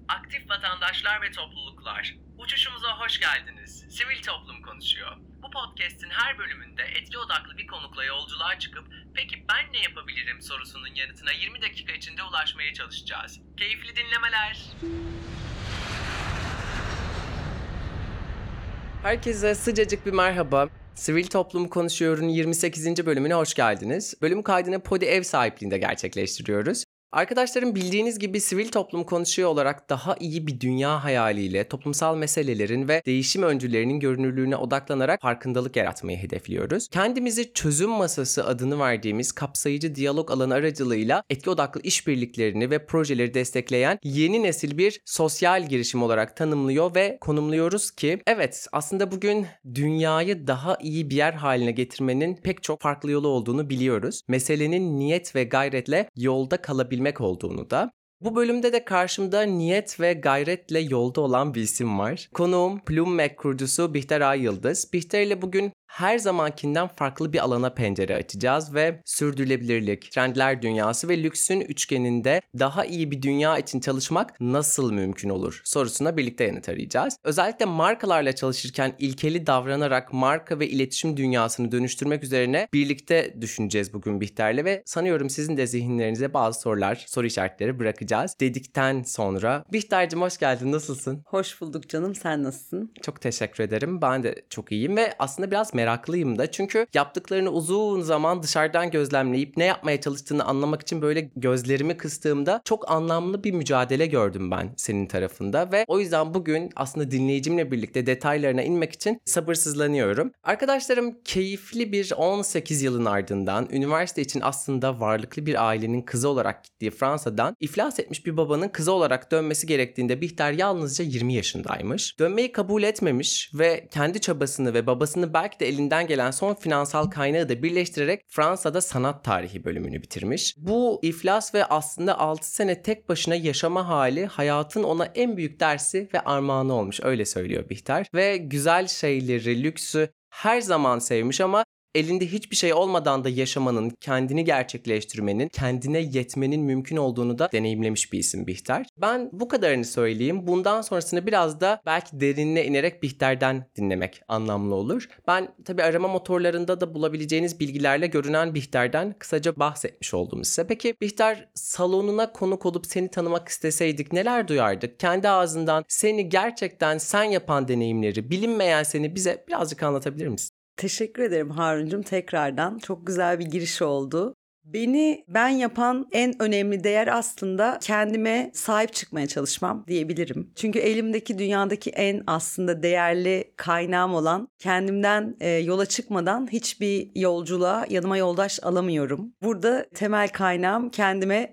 Aktif vatandaşlar ve topluluklar, uçuşumuza hoş geldiniz. Sivil Toplum konuşuyor. Bu podcast'in her bölümünde etki odaklı bir konukla yolculuğa çıkıp "Peki ben ne yapabilirim?" sorusunun yanıtına 20 dakika içinde ulaşmaya çalışacağız. Keyifli dinlemeler. Herkese sıcacık bir merhaba. Sivil Toplum Konuşuyor'un 28. bölümüne hoş geldiniz. Bölüm kaydını Podi ev sahipliğinde gerçekleştiriyoruz. Arkadaşlarım, bildiğiniz gibi Sivil Toplum Konuşuyor olarak daha iyi bir dünya hayaliyle toplumsal meselelerin ve değişim öncülerinin görünürlüğüne odaklanarak farkındalık yaratmayı hedefliyoruz. Kendimizi çözüm masası adını verdiğimiz kapsayıcı diyalog alanı aracılığıyla etki odaklı işbirliklerini ve projeleri destekleyen yeni nesil bir sosyal girişim olarak tanımlıyor ve konumluyoruz ki evet, aslında bugün dünyayı daha iyi bir yer haline getirmenin pek çok farklı yolu olduğunu biliyoruz. Meselenin niyet ve gayretle yolda kalabilmek olduğunu da. Bu bölümde de karşımda niyet ve gayretle yolda olan bir isim var. Konuğum Plum kurucusu Bihter Ay Yıldız. Bihter ile bugün her zamankinden farklı bir alana pencere açacağız ve sürdürülebilirlik, trendler dünyası ve lüksün üçgeninde daha iyi bir dünya için çalışmak nasıl mümkün olur sorusuna birlikte yanıt arayacağız. Özellikle markalarla çalışırken ilkeli davranarak marka ve iletişim dünyasını dönüştürmek üzerine birlikte düşüneceğiz bugün Bihter'le ve sanıyorum sizin de zihinlerinize bazı sorular, soru işaretleri bırakacağız dedikten sonra. Bihter'cim hoş geldin, nasılsın? Hoş bulduk canım, sen nasılsın? Çok teşekkür ederim. Ben de çok iyiyim ve aslında biraz meraklıyım da. Çünkü yaptıklarını uzun zaman dışarıdan gözlemleyip ne yapmaya çalıştığını anlamak için böyle gözlerimi kıstığımda çok anlamlı bir mücadele gördüm ben senin tarafında. Ve o yüzden bugün aslında dinleyicimle birlikte detaylarına inmek için sabırsızlanıyorum. Arkadaşlarım, keyifli bir 18 yılın ardından üniversite için aslında varlıklı bir ailenin kızı olarak gittiği Fransa'dan iflas etmiş bir babanın kızı olarak dönmesi gerektiğinde Bihter yalnızca 20 yaşındaymış. Dönmeyi kabul etmemiş ve kendi çabasını ve babasının belki de elinden gelen son finansal kaynağı da birleştirerek Fransa'da sanat tarihi bölümünü bitirmiş. Bu iflas ve aslında 6 sene tek başına yaşama hali hayatın ona en büyük dersi ve armağanı olmuş, öyle söylüyor Bihter. Ve güzel şeyleri, lüksü her zaman sevmiş ama elinde hiçbir şey olmadan da yaşamanın, kendini gerçekleştirmenin, kendine yetmenin mümkün olduğunu da deneyimlemiş bir isim Bihter. Ben bu kadarını söyleyeyim. Bundan sonrasını biraz da belki derinine inerek Bihter'den dinlemek anlamlı olur. Ben tabii arama motorlarında da bulabileceğiniz bilgilerle görünen Bihter'den kısaca bahsetmiş oldum size. Peki Bihter, salonuna konuk olup seni tanımak isteseydik neler duyardık? Kendi ağzından seni gerçekten sen yapan deneyimleri, bilinmeyen seni bize birazcık anlatabilir misin? Teşekkür ederim Harun'cum, tekrardan. Çok güzel bir giriş oldu. Beni ben yapan en önemli değer aslında kendime sahip çıkmaya çalışmam diyebilirim. Çünkü elimdeki dünyadaki en aslında değerli kaynağım olan kendimden yola çıkmadan hiçbir yolculuğa yanıma yoldaş alamıyorum. Burada temel kaynağım kendime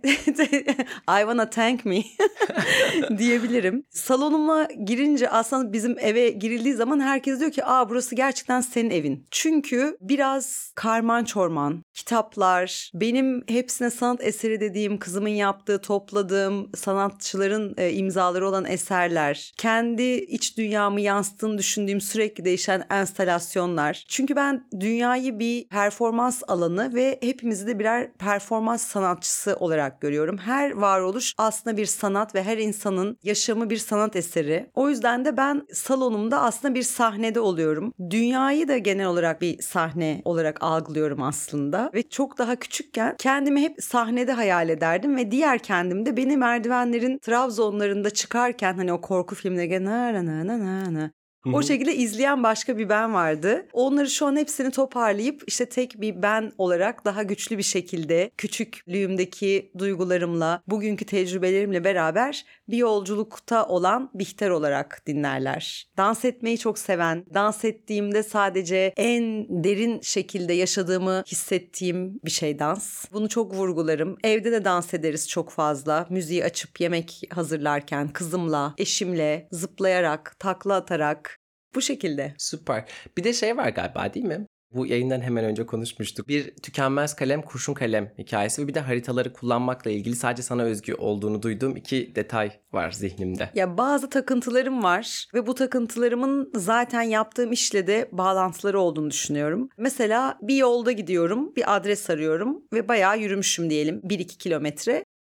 I wanna thank me diyebilirim. Salonuma girince aslında bizim eve girildiği zaman herkes diyor ki burası gerçekten senin evin. Çünkü biraz karman çorman, kitaplar, benim hepsine sanat eseri dediğim, kızımın yaptığı, topladığım sanatçıların imzaları olan eserler, kendi iç dünyamı yansıttığını düşündüğüm sürekli değişen enstalasyonlar. Çünkü ben dünyayı bir performans alanı ve hepimizi de birer performans sanatçısı olarak görüyorum. Her varoluş aslında bir sanat ve her insanın yaşamı bir sanat eseri. O yüzden de ben salonumda aslında bir sahnede oluyorum. Dünyayı da genel olarak bir sahne olarak algılıyorum aslında ve çok daha küçükken kendimi hep sahnede hayal ederdim ve diğer kendim de beni merdivenlerin Trabzonlarında çıkarken hani o korku filmleri o şekilde izleyen başka bir ben vardı. Onları şu an hepsini toparlayıp işte tek bir ben olarak daha güçlü bir şekilde küçüklüğümdeki duygularımla, bugünkü tecrübelerimle beraber bir yolculukta olan Bihter olarak dinlerler. Dans etmeyi çok seven, dans ettiğimde sadece en derin şekilde yaşadığımı hissettiğim bir şey dans. Bunu çok vurgularım. Evde de dans ederiz çok fazla. Müziği açıp yemek hazırlarken kızımla, eşimle zıplayarak, takla atarak. Bu şekilde. Süper. Bir de şey var galiba, değil mi? Bu yayından hemen önce konuşmuştuk. Bir tükenmez kalem, kurşun kalem hikayesi ve bir de haritaları kullanmakla ilgili sadece sana özgü olduğunu duyduğum 2 detay var zihnimde. Ya bazı takıntılarım var ve bu takıntılarımın zaten yaptığım işle de bağlantıları olduğunu düşünüyorum. Mesela bir yolda gidiyorum, bir adres arıyorum ve bayağı yürümüşüm diyelim 1-2 kilometre.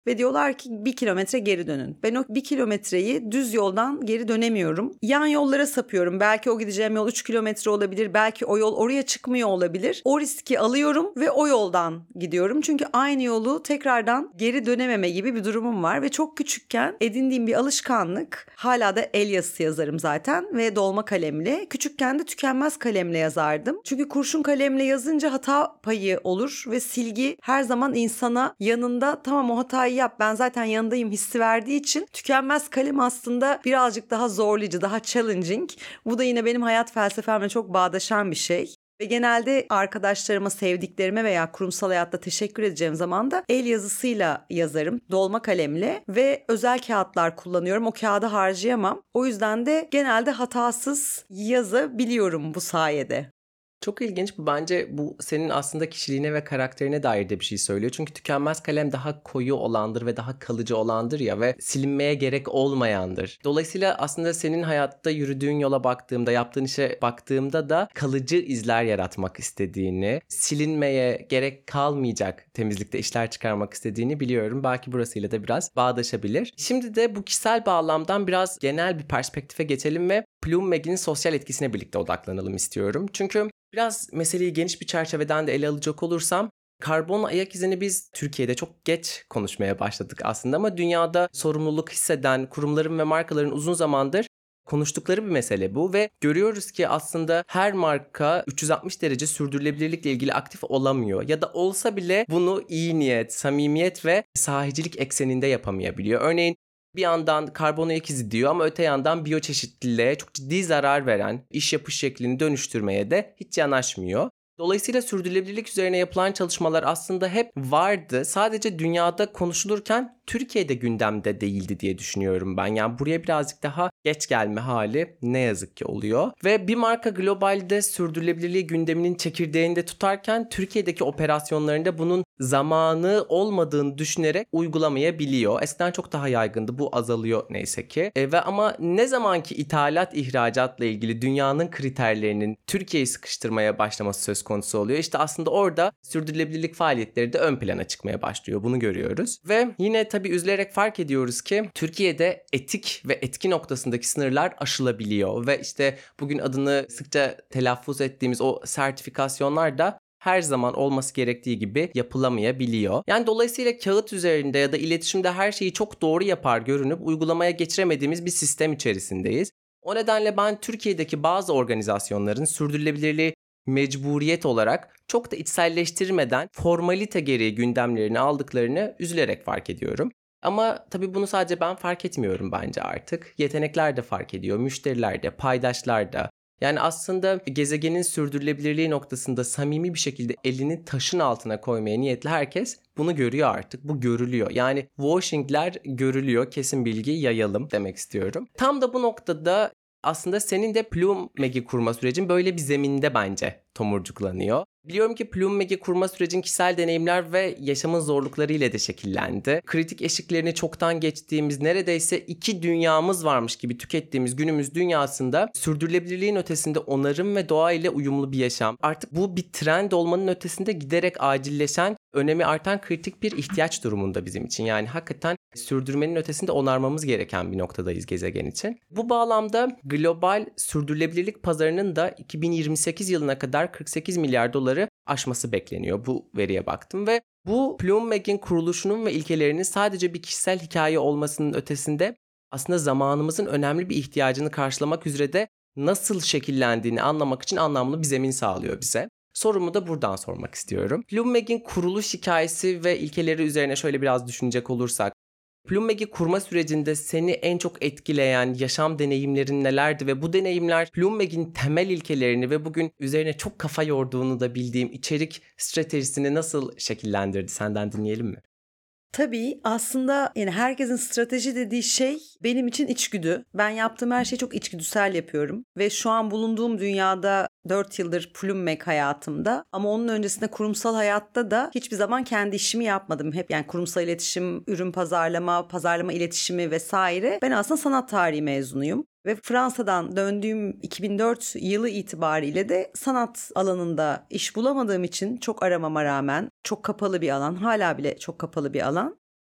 ve diyorlar ki 1 kilometre geri dönün. Ben o 1 kilometreyi düz yoldan geri dönemiyorum. Yan yollara sapıyorum. Belki o gideceğim yol 3 kilometre olabilir. Belki o yol oraya çıkmıyor olabilir. O riski alıyorum ve o yoldan gidiyorum. Çünkü aynı yolu tekrardan geri dönememe gibi bir durumum var ve çok küçükken edindiğim bir alışkanlık. Hala da el yazısı yazarım zaten ve dolma kalemle. Küçükken de tükenmez kalemle yazardım. Çünkü kurşun kalemle yazınca hata payı olur ve silgi her zaman insana yanında tamam o hatayı yap ben zaten yanındayım hissi verdiği için tükenmez kalem aslında birazcık daha zorlayıcı, daha challenging. Bu da yine benim hayat felsefemle çok bağdaşan bir şey. Ve genelde arkadaşlarıma, sevdiklerime veya kurumsal hayatta teşekkür edeceğim zaman da el yazısıyla yazarım. Dolma kalemle ve özel kağıtlar kullanıyorum. O kağıdı harcayamam. O yüzden de genelde hatasız yazabiliyorum bu sayede. Çok ilginç bu. Bence bu senin aslında kişiliğine ve karakterine dair de bir şey söylüyor. Çünkü tükenmez kalem daha koyu olandır ve daha kalıcı olandır ya ve silinmeye gerek olmayandır. Dolayısıyla aslında senin hayatta yürüdüğün yola baktığımda, yaptığın işe baktığımda da kalıcı izler yaratmak istediğini, silinmeye gerek kalmayacak temizlikte işler çıkarmak istediğini biliyorum. Belki burasıyla da biraz bağdaşabilir. Şimdi de bu kişisel bağlamdan biraz genel bir perspektife geçelim ve Plum sosyal etkisine birlikte odaklanalım istiyorum. Çünkü biraz meseleyi geniş bir çerçeveden de ele alacak olursam karbon ayak izini biz Türkiye'de çok geç konuşmaya başladık aslında ama dünyada sorumluluk hisseden kurumların ve markaların uzun zamandır konuştukları bir mesele bu ve görüyoruz ki aslında her marka 360 derece sürdürülebilirlikle ilgili aktif olamıyor ya da olsa bile bunu iyi niyet, samimiyet ve sahicilik ekseninde yapamayabiliyor. Örneğin bir yandan karbon ayak izi diyor ama öte yandan biyoçeşitliliğe çok ciddi zarar veren iş yapış şeklini dönüştürmeye de hiç yanaşmıyor. Dolayısıyla sürdürülebilirlik üzerine yapılan çalışmalar aslında hep vardı. Sadece dünyada konuşulurken Türkiye'de gündemde değildi diye düşünüyorum ben. Yani buraya birazcık daha geç gelme hali ne yazık ki oluyor. Ve bir marka globalde sürdürülebilirliği gündeminin çekirdeğinde tutarken Türkiye'deki operasyonlarında bunun zamanı olmadığını düşünerek uygulamayabiliyor. Eskiden çok daha yaygındı. Bu azalıyor neyse ki. Ve ama ne zamanki ithalat ihracatla ilgili dünyanın kriterlerinin Türkiye'yi sıkıştırmaya başlaması söz konusu oluyor. İşte aslında orada sürdürülebilirlik faaliyetleri de ön plana çıkmaya başlıyor. Bunu görüyoruz. Ve yine tabii üzülerek fark ediyoruz ki Türkiye'de etik ve etki noktasındaki sınırlar aşılabiliyor. Ve işte bugün adını sıkça telaffuz ettiğimiz o sertifikasyonlar da her zaman olması gerektiği gibi yapılamayabiliyor. Yani dolayısıyla kağıt üzerinde ya da iletişimde her şeyi çok doğru yapar görünüp uygulamaya geçiremediğimiz bir sistem içerisindeyiz. O nedenle ben Türkiye'deki bazı organizasyonların sürdürülebilirliği mecburiyet olarak çok da içselleştirmeden formalite gereği gündemlerini aldıklarını üzülerek fark ediyorum. Ama tabii bunu sadece ben fark etmiyorum bence artık. Yetenekler de fark ediyor, müşteriler de, paydaşlar da. Yani aslında gezegenin sürdürülebilirliği noktasında samimi bir şekilde elini taşın altına koymaya niyetli herkes bunu görüyor artık. Bu görülüyor. Yani washingler görülüyor. Kesin bilgi yayalım demek istiyorum. Tam da bu noktada aslında senin de Plum kurma sürecin böyle bir zeminde bence tomurcuklanıyor. Biliyorum ki Plum kurma sürecin kişisel deneyimler ve yaşamın zorlukları ile de şekillendi. Kritik eşiklerini çoktan geçtiğimiz neredeyse iki dünyamız varmış gibi tükettiğimiz günümüz dünyasında sürdürülebilirliğin ötesinde onarım ve doğa ile uyumlu bir yaşam. Artık bu bir trend olmanın ötesinde giderek acilleşen, önemi artan kritik bir ihtiyaç durumunda bizim için. Yani hakikaten sürdürmenin ötesinde onarmamız gereken bir noktadayız gezegen için. Bu bağlamda global sürdürülebilirlik pazarının da 2028 yılına kadar 48 milyar doları aşması bekleniyor. Bu veriye baktım ve bu Plum kuruluşunun ve ilkelerinin sadece bir kişisel hikaye olmasının ötesinde aslında zamanımızın önemli bir ihtiyacını karşılamak üzere de nasıl şekillendiğini anlamak için anlamlı bir zemin sağlıyor bize. Sorumu da buradan sormak istiyorum. Plum kuruluş hikayesi ve ilkeleri üzerine şöyle biraz düşünecek olursak, Plum kurma sürecinde seni en çok etkileyen yaşam deneyimlerin nelerdi ve bu deneyimler Plum temel ilkelerini ve bugün üzerine çok kafa yorduğunu da bildiğim içerik stratejisini nasıl şekillendirdi? Senden dinleyelim mi? Tabii aslında yani herkesin strateji dediği şey benim için içgüdü. Ben yaptığım her şeyi çok içgüdüsel yapıyorum. Ve şu an bulunduğum dünyada 4 yıldır Plum hayatımda ama onun öncesinde kurumsal hayatta da hiçbir zaman kendi işimi yapmadım. Hep yani kurumsal iletişim, ürün pazarlama iletişimi vesaire. Ben aslında sanat tarihi mezunuyum. Ve Fransa'dan döndüğüm 2004 yılı itibariyle de sanat alanında iş bulamadığım için çok aramama rağmen çok kapalı bir alan, hala bile çok kapalı bir alan.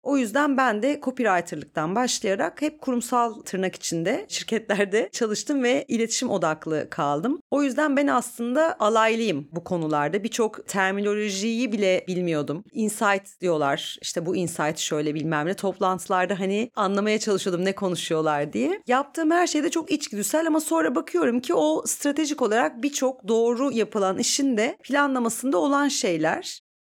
O yüzden ben de copywriterlıktan başlayarak hep kurumsal tırnak içinde şirketlerde çalıştım ve iletişim odaklı kaldım. O yüzden ben aslında alaylıyım bu konularda. Birçok terminolojiyi bile bilmiyordum. Insight diyorlar. İşte bu insight şöyle bilmem ne. Toplantılarda hani anlamaya çalışıyordum ne konuşuyorlar diye. Yaptığım her şeyde çok içgüdüsel ama sonra bakıyorum ki o stratejik olarak birçok doğru yapılan işin de planlamasında olan şeyler.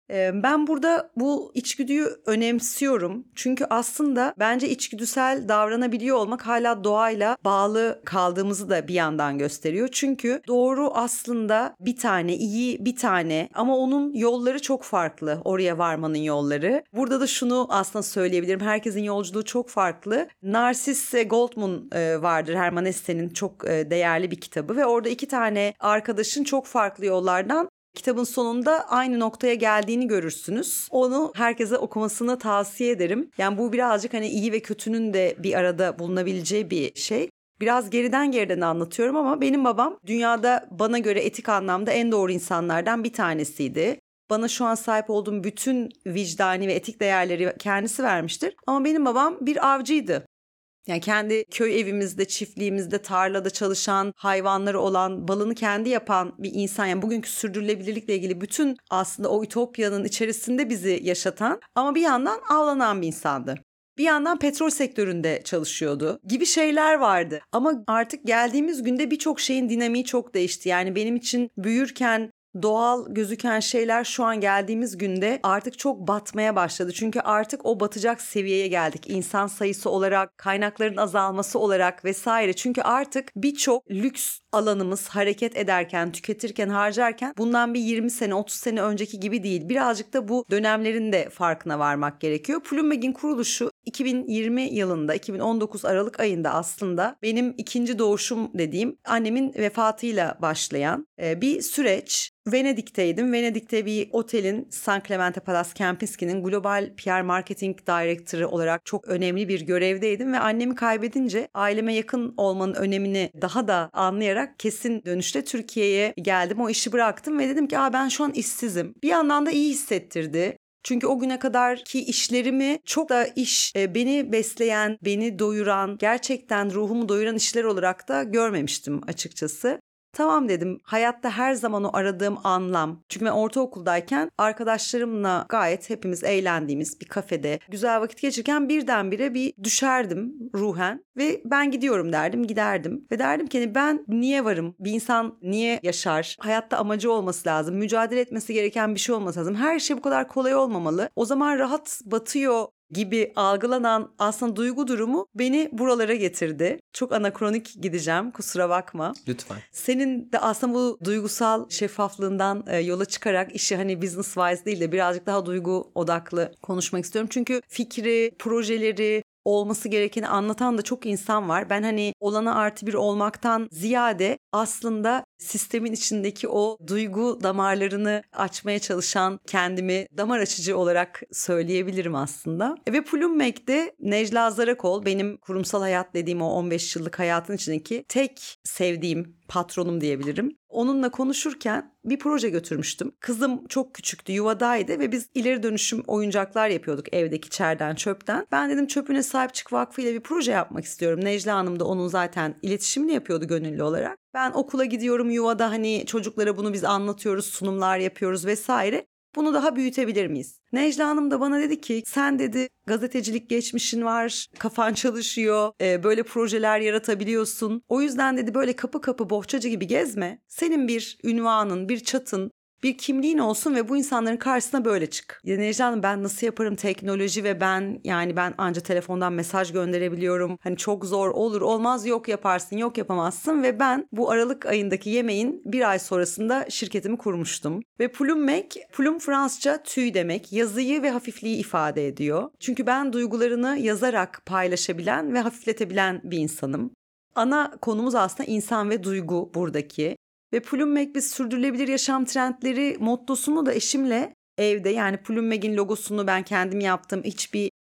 Ben burada bu içgüdüyü önemsiyorum. Çünkü aslında bence içgüdüsel davranabiliyor olmak hala doğayla bağlı kaldığımızı da bir yandan gösteriyor. Çünkü doğru aslında bir tane, iyi bir tane ama onun yolları çok farklı. Oraya varmanın yolları. Burada da şunu aslında söyleyebilirim. Herkesin yolculuğu çok farklı. Narcisse Goldman vardır, Hermann Hesse'nin çok değerli bir kitabı ve orada 2 tane arkadaşın çok farklı yollardan kitabın sonunda aynı noktaya geldiğini görürsünüz. Onu herkese okumasını tavsiye ederim. Yani bu birazcık hani iyi ve kötünün de bir arada bulunabileceği bir şey. Biraz geriden anlatıyorum ama benim babam dünyada bana göre etik anlamda en doğru insanlardan bir tanesiydi. Bana şu an sahip olduğum bütün vicdani ve etik değerleri kendisi vermiştir. Ama benim babam bir avcıydı. Yani kendi köy evimizde, çiftliğimizde, tarlada çalışan, hayvanları olan, balını kendi yapan bir insan. Yani bugünkü sürdürülebilirlikle ilgili bütün aslında o ütopyanın içerisinde bizi yaşatan ama bir yandan avlanan bir insandı. Bir yandan petrol sektöründe çalışıyordu gibi şeyler vardı. Ama artık geldiğimiz günde birçok şeyin dinamiği çok değişti. Yani benim için büyürken doğal gözüken şeyler şu an geldiğimiz günde artık çok batmaya başladı. Çünkü artık o batacak seviyeye geldik. İnsan sayısı olarak, kaynakların azalması olarak vesaire. Çünkü artık birçok lüks alanımız hareket ederken, tüketirken, harcarken bundan bir 20 sene, 30 sene önceki gibi değil. Birazcık da bu dönemlerin de farkına varmak gerekiyor. Bloomberg'in kuruluşu 2020 yılında, 2019 Aralık ayında aslında benim ikinci doğuşum dediğim annemin vefatıyla başlayan bir süreç. Venedik'teydim. Venedik'te bir otelin San Clemente Palace Kempinski'nin Global PR Marketing Director'ı olarak çok önemli bir görevdeydim ve annemi kaybedince aileme yakın olmanın önemini daha da anlayarak kesin dönüşte Türkiye'ye geldim. O işi bıraktım ve dedim ki ben şu an işsizim. Bir yandan da iyi hissettirdi. Çünkü o güne kadarki işlerimi çok da beni besleyen, beni doyuran, gerçekten ruhumu doyuran işler olarak da görmemiştim açıkçası. Tamam dedim, hayatta her zaman o aradığım anlam. Çünkü ben ortaokuldayken arkadaşlarımla gayet hepimiz eğlendiğimiz bir kafede güzel vakit geçirirken birdenbire bir düşerdim ruhen ve ben gidiyorum derdim, giderdim. Ve derdim ki ben niye varım? Bir insan niye yaşar? Hayatta amacı olması lazım, mücadele etmesi gereken bir şey olması lazım. Her şey bu kadar kolay olmamalı. O zaman rahat batıyor gibi algılanan aslında duygu durumu beni buralara getirdi. Çok anakronik gideceğim, kusura bakma. Lütfen. Senin de aslında bu duygusal şeffaflığından yola çıkarak işi hani business wise değil de birazcık daha duygu odaklı konuşmak istiyorum. Çünkü fikri, projeleri, olması gerekeni anlatan da çok insan var. Ben hani olana artı bir olmaktan ziyade aslında sistemin içindeki o duygu damarlarını açmaya çalışan kendimi damar açıcı olarak söyleyebilirim aslında. Ve Plumbag'de Necla Zarakol benim kurumsal hayat dediğim o 15 yıllık hayatın içindeki tek sevdiğim patronum diyebilirim. Onunla konuşurken bir proje götürmüştüm. Kızım çok küçüktü, yuvadaydı ve biz ileri dönüşüm oyuncaklar yapıyorduk evdeki çerden çöpten. Ben dedim Çöpüne Sahip Çık Vakfı ile bir proje yapmak istiyorum. Necla Hanım da onun zaten iletişimini yapıyordu gönüllü olarak. Ben okula gidiyorum, yuvada hani çocuklara bunu biz anlatıyoruz, sunumlar yapıyoruz vesaire. Bunu daha büyütebilir miyiz? Necla Hanım da bana dedi ki sen dedi gazetecilik geçmişin var, kafan çalışıyor, böyle projeler yaratabiliyorsun. O yüzden dedi böyle kapı kapı bohçacı gibi gezme. Senin bir ünvanın, bir çatın, bir kimliğin olsun ve bu insanların karşısına böyle çık. Ya Necla Hanım ben nasıl yaparım teknoloji ve ben anca telefondan mesaj gönderebiliyorum. Hani çok zor olur olmaz yok yaparsın yok yapamazsın ve ben bu Aralık ayındaki yemeğin bir ay sonrasında şirketimi kurmuştum. Ve Plum Fransızca tüy demek, yazıyı ve hafifliği ifade ediyor. Çünkü ben duygularını yazarak paylaşabilen ve hafifletebilen bir insanım. Ana konumuz aslında insan ve duygu buradaki. Ve Plumbag biz sürdürülebilir yaşam trendleri mottosunu da eşimle evde yani Plumbag'in logosunu ben kendim yaptım. Hiçbir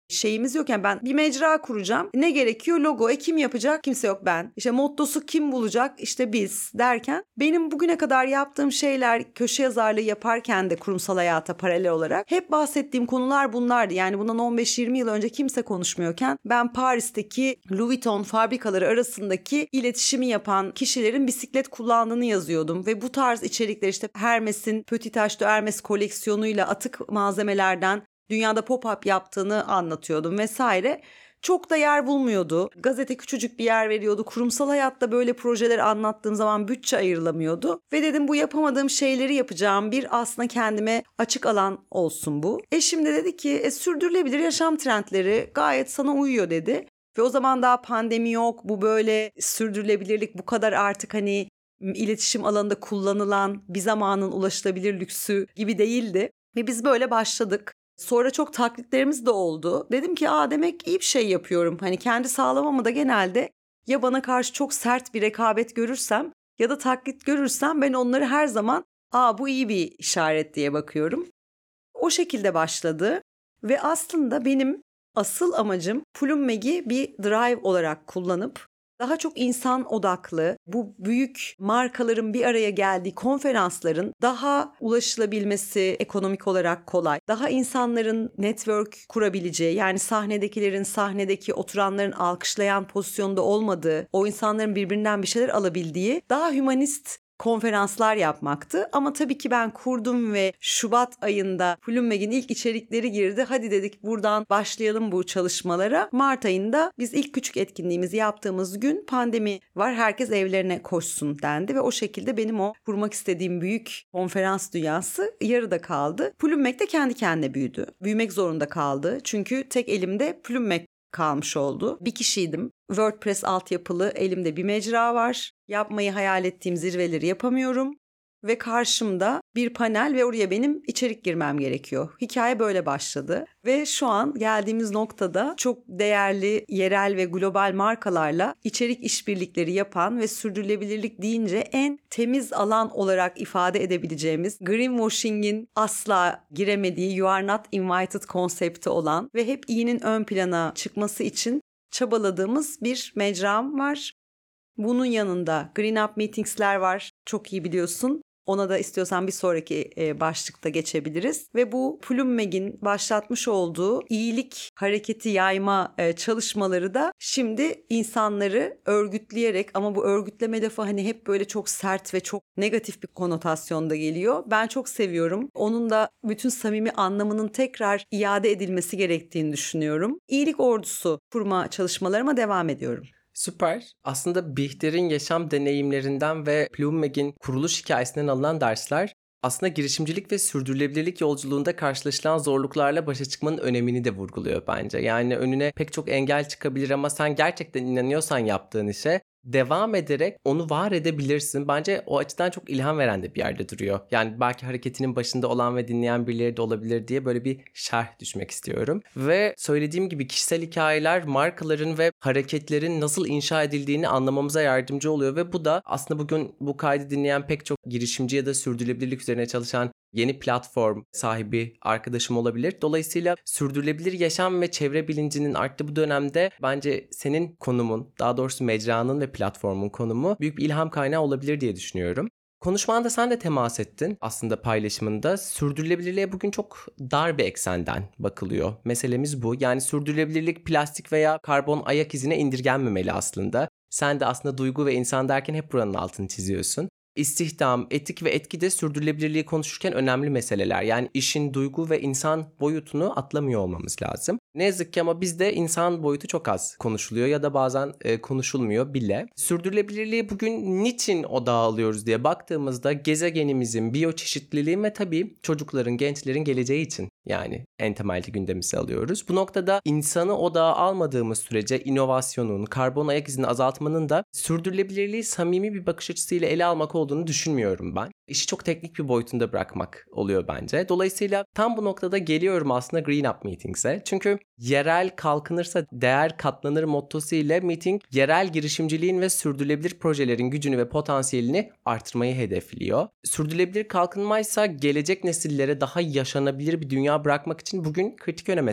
şeyimiz yok. Yani ben bir mecra kuracağım. Ne gerekiyor? Logo. Kim yapacak? Kimse yok, ben. İşte mottosu kim bulacak? İşte biz derken benim bugüne kadar yaptığım şeyler, köşe yazarlığı yaparken de kurumsal hayata paralel olarak hep bahsettiğim konular bunlardı. Yani bundan 15-20 yıl önce kimse konuşmuyorken ben Paris'teki Louis Vuitton fabrikaları arasındaki iletişimi yapan kişilerin bisiklet kullandığını yazıyordum ve bu tarz içerikler, işte Hermes'in Petit Tache d'Hermes koleksiyonuyla atık malzemelerden dünyada pop-up yaptığını anlatıyordum vesaire. Çok da yer bulmuyordu. Gazete küçücük bir yer veriyordu. Kurumsal hayatta böyle projeler anlattığım zaman bütçe ayrılamıyordu. Ve dedim bu yapamadığım şeyleri yapacağım bir aslında kendime açık alan olsun bu. Eşim de dedi ki sürdürülebilir yaşam trendleri gayet sana uyuyor dedi. Ve o zaman daha pandemi yok. Bu böyle sürdürülebilirlik bu kadar artık hani iletişim alanında kullanılan bir zamanın ulaşılabilir lüksü gibi değildi. Ve biz böyle başladık. Sonra çok taklitlerimiz de oldu. Dedim ki demek iyi bir şey yapıyorum. Hani kendi sağlamamı da genelde ya bana karşı çok sert bir rekabet görürsem ya da taklit görürsem ben onları her zaman bu iyi bir işaret diye bakıyorum. O şekilde başladı ve aslında benim asıl amacım Plumbag'i bir drive olarak kullanıp daha çok insan odaklı, bu büyük markaların bir araya geldiği konferansların daha ulaşılabilmesi ekonomik olarak kolay, daha insanların network kurabileceği, yani sahnedekilerin sahnedeki oturanların alkışlayan pozisyonda olmadığı, o insanların birbirinden bir şeyler alabildiği daha hümanist konferanslar yapmaktı. Ama tabii ki ben kurdum ve Şubat ayında Plumbag'in ilk içerikleri girdi. Hadi dedik buradan başlayalım bu çalışmalara. Mart ayında biz ilk küçük etkinliğimizi yaptığımız gün pandemi var, herkes evlerine koşsun dendi ve o şekilde benim o kurmak istediğim büyük konferans dünyası yarıda kaldı. Plumbag de kendi kendine büyüdü. Büyümek zorunda kaldı. Çünkü tek elimde Plumbag kalmış oldu. Bir kişiydim. WordPress altyapılı elimde bir mecra var. Yapmayı hayal ettiğim zirveleri yapamıyorum. Ve karşımda bir panel ve oraya benim içerik girmem gerekiyor. Hikaye böyle başladı. Ve şu an geldiğimiz noktada çok değerli yerel ve global markalarla içerik işbirlikleri yapan ve sürdürülebilirlik deyince en temiz alan olarak ifade edebileceğimiz, greenwashing'in asla giremediği You Are Not Invited konsepti olan ve hep iyinin ön plana çıkması için çabaladığımız bir mecram var. Bunun yanında Green Up Meetings'ler var. Çok iyi biliyorsun. Ona da istiyorsan bir sonraki başlıkta geçebiliriz. Ve bu Plumbag'in başlatmış olduğu iyilik hareketi yayma çalışmaları da şimdi insanları örgütleyerek, ama bu örgütleme lafı hani hep böyle çok sert ve çok negatif bir konotasyonda geliyor. Ben çok seviyorum. Onun da bütün samimi anlamının tekrar iade edilmesi gerektiğini düşünüyorum. İyilik ordusu kurma çalışmalarıma devam ediyorum. Süper. Aslında Bihter'in yaşam deneyimlerinden ve Plumbag'in kuruluş hikayesinden alınan dersler aslında girişimcilik ve sürdürülebilirlik yolculuğunda karşılaşılan zorluklarla başa çıkmanın önemini de vurguluyor bence. Yani önüne pek çok engel çıkabilir ama sen gerçekten inanıyorsan yaptığın işe devam ederek onu var edebilirsin. Bence o açıdan çok ilham veren de bir yerde duruyor. Yani belki hareketinin başında olan ve dinleyen birileri de olabilir diye böyle bir şerh düşmek istiyorum. Ve söylediğim gibi kişisel hikayeler markaların ve hareketlerin nasıl inşa edildiğini anlamamıza yardımcı oluyor ve bu da aslında bugün bu kaydı dinleyen pek çok girişimci ya da sürdürülebilirlik üzerine çalışan yeni platform sahibi arkadaşım olabilir. Dolayısıyla sürdürülebilir yaşam ve çevre bilincinin arttığı bu dönemde bence senin konumun, daha doğrusu mecranın ve platformun konumu büyük bir ilham kaynağı olabilir diye düşünüyorum. Konuşmanda sen de temas ettin aslında paylaşımında. Sürdürülebilirliğe bugün çok dar bir eksenden bakılıyor. Meselemiz bu. Yani sürdürülebilirlik plastik veya karbon ayak izine indirgenmemeli aslında. Sen de aslında duygu ve insan derken hep buranın altını çiziyorsun. İstihdam, etik ve etki de sürdürülebilirliği konuşurken önemli meseleler. Yani işin duygu ve insan boyutunu atlamıyor olmamız lazım. Ne yazık ki ama bizde insan boyutu çok az konuşuluyor ya da bazen konuşulmuyor bile. Sürdürülebilirliği bugün niçin odağa alıyoruz diye baktığımızda gezegenimizin, biyoçeşitliliğin ve tabii çocukların, gençlerin geleceği için yani en temelde gündemimize alıyoruz. Bu noktada insanı odağa almadığımız sürece inovasyonun, karbon ayak izini azaltmanın da sürdürülebilirliği samimi bir bakış açısıyla ele almak olduğunu düşünmüyorum ben. İşi çok teknik bir boyutunda bırakmak oluyor bence. Dolayısıyla tam bu noktada geliyorum aslında Green Up Meetings'e. Çünkü yerel kalkınırsa değer katlanır mottosu ile meeting yerel girişimciliğin ve sürdürülebilir projelerin gücünü ve potansiyelini artırmayı hedefliyor. Sürdürülebilir kalkınmaysa gelecek nesillere daha yaşanabilir bir dünya bırakmak için bugün kritik öneme sahip.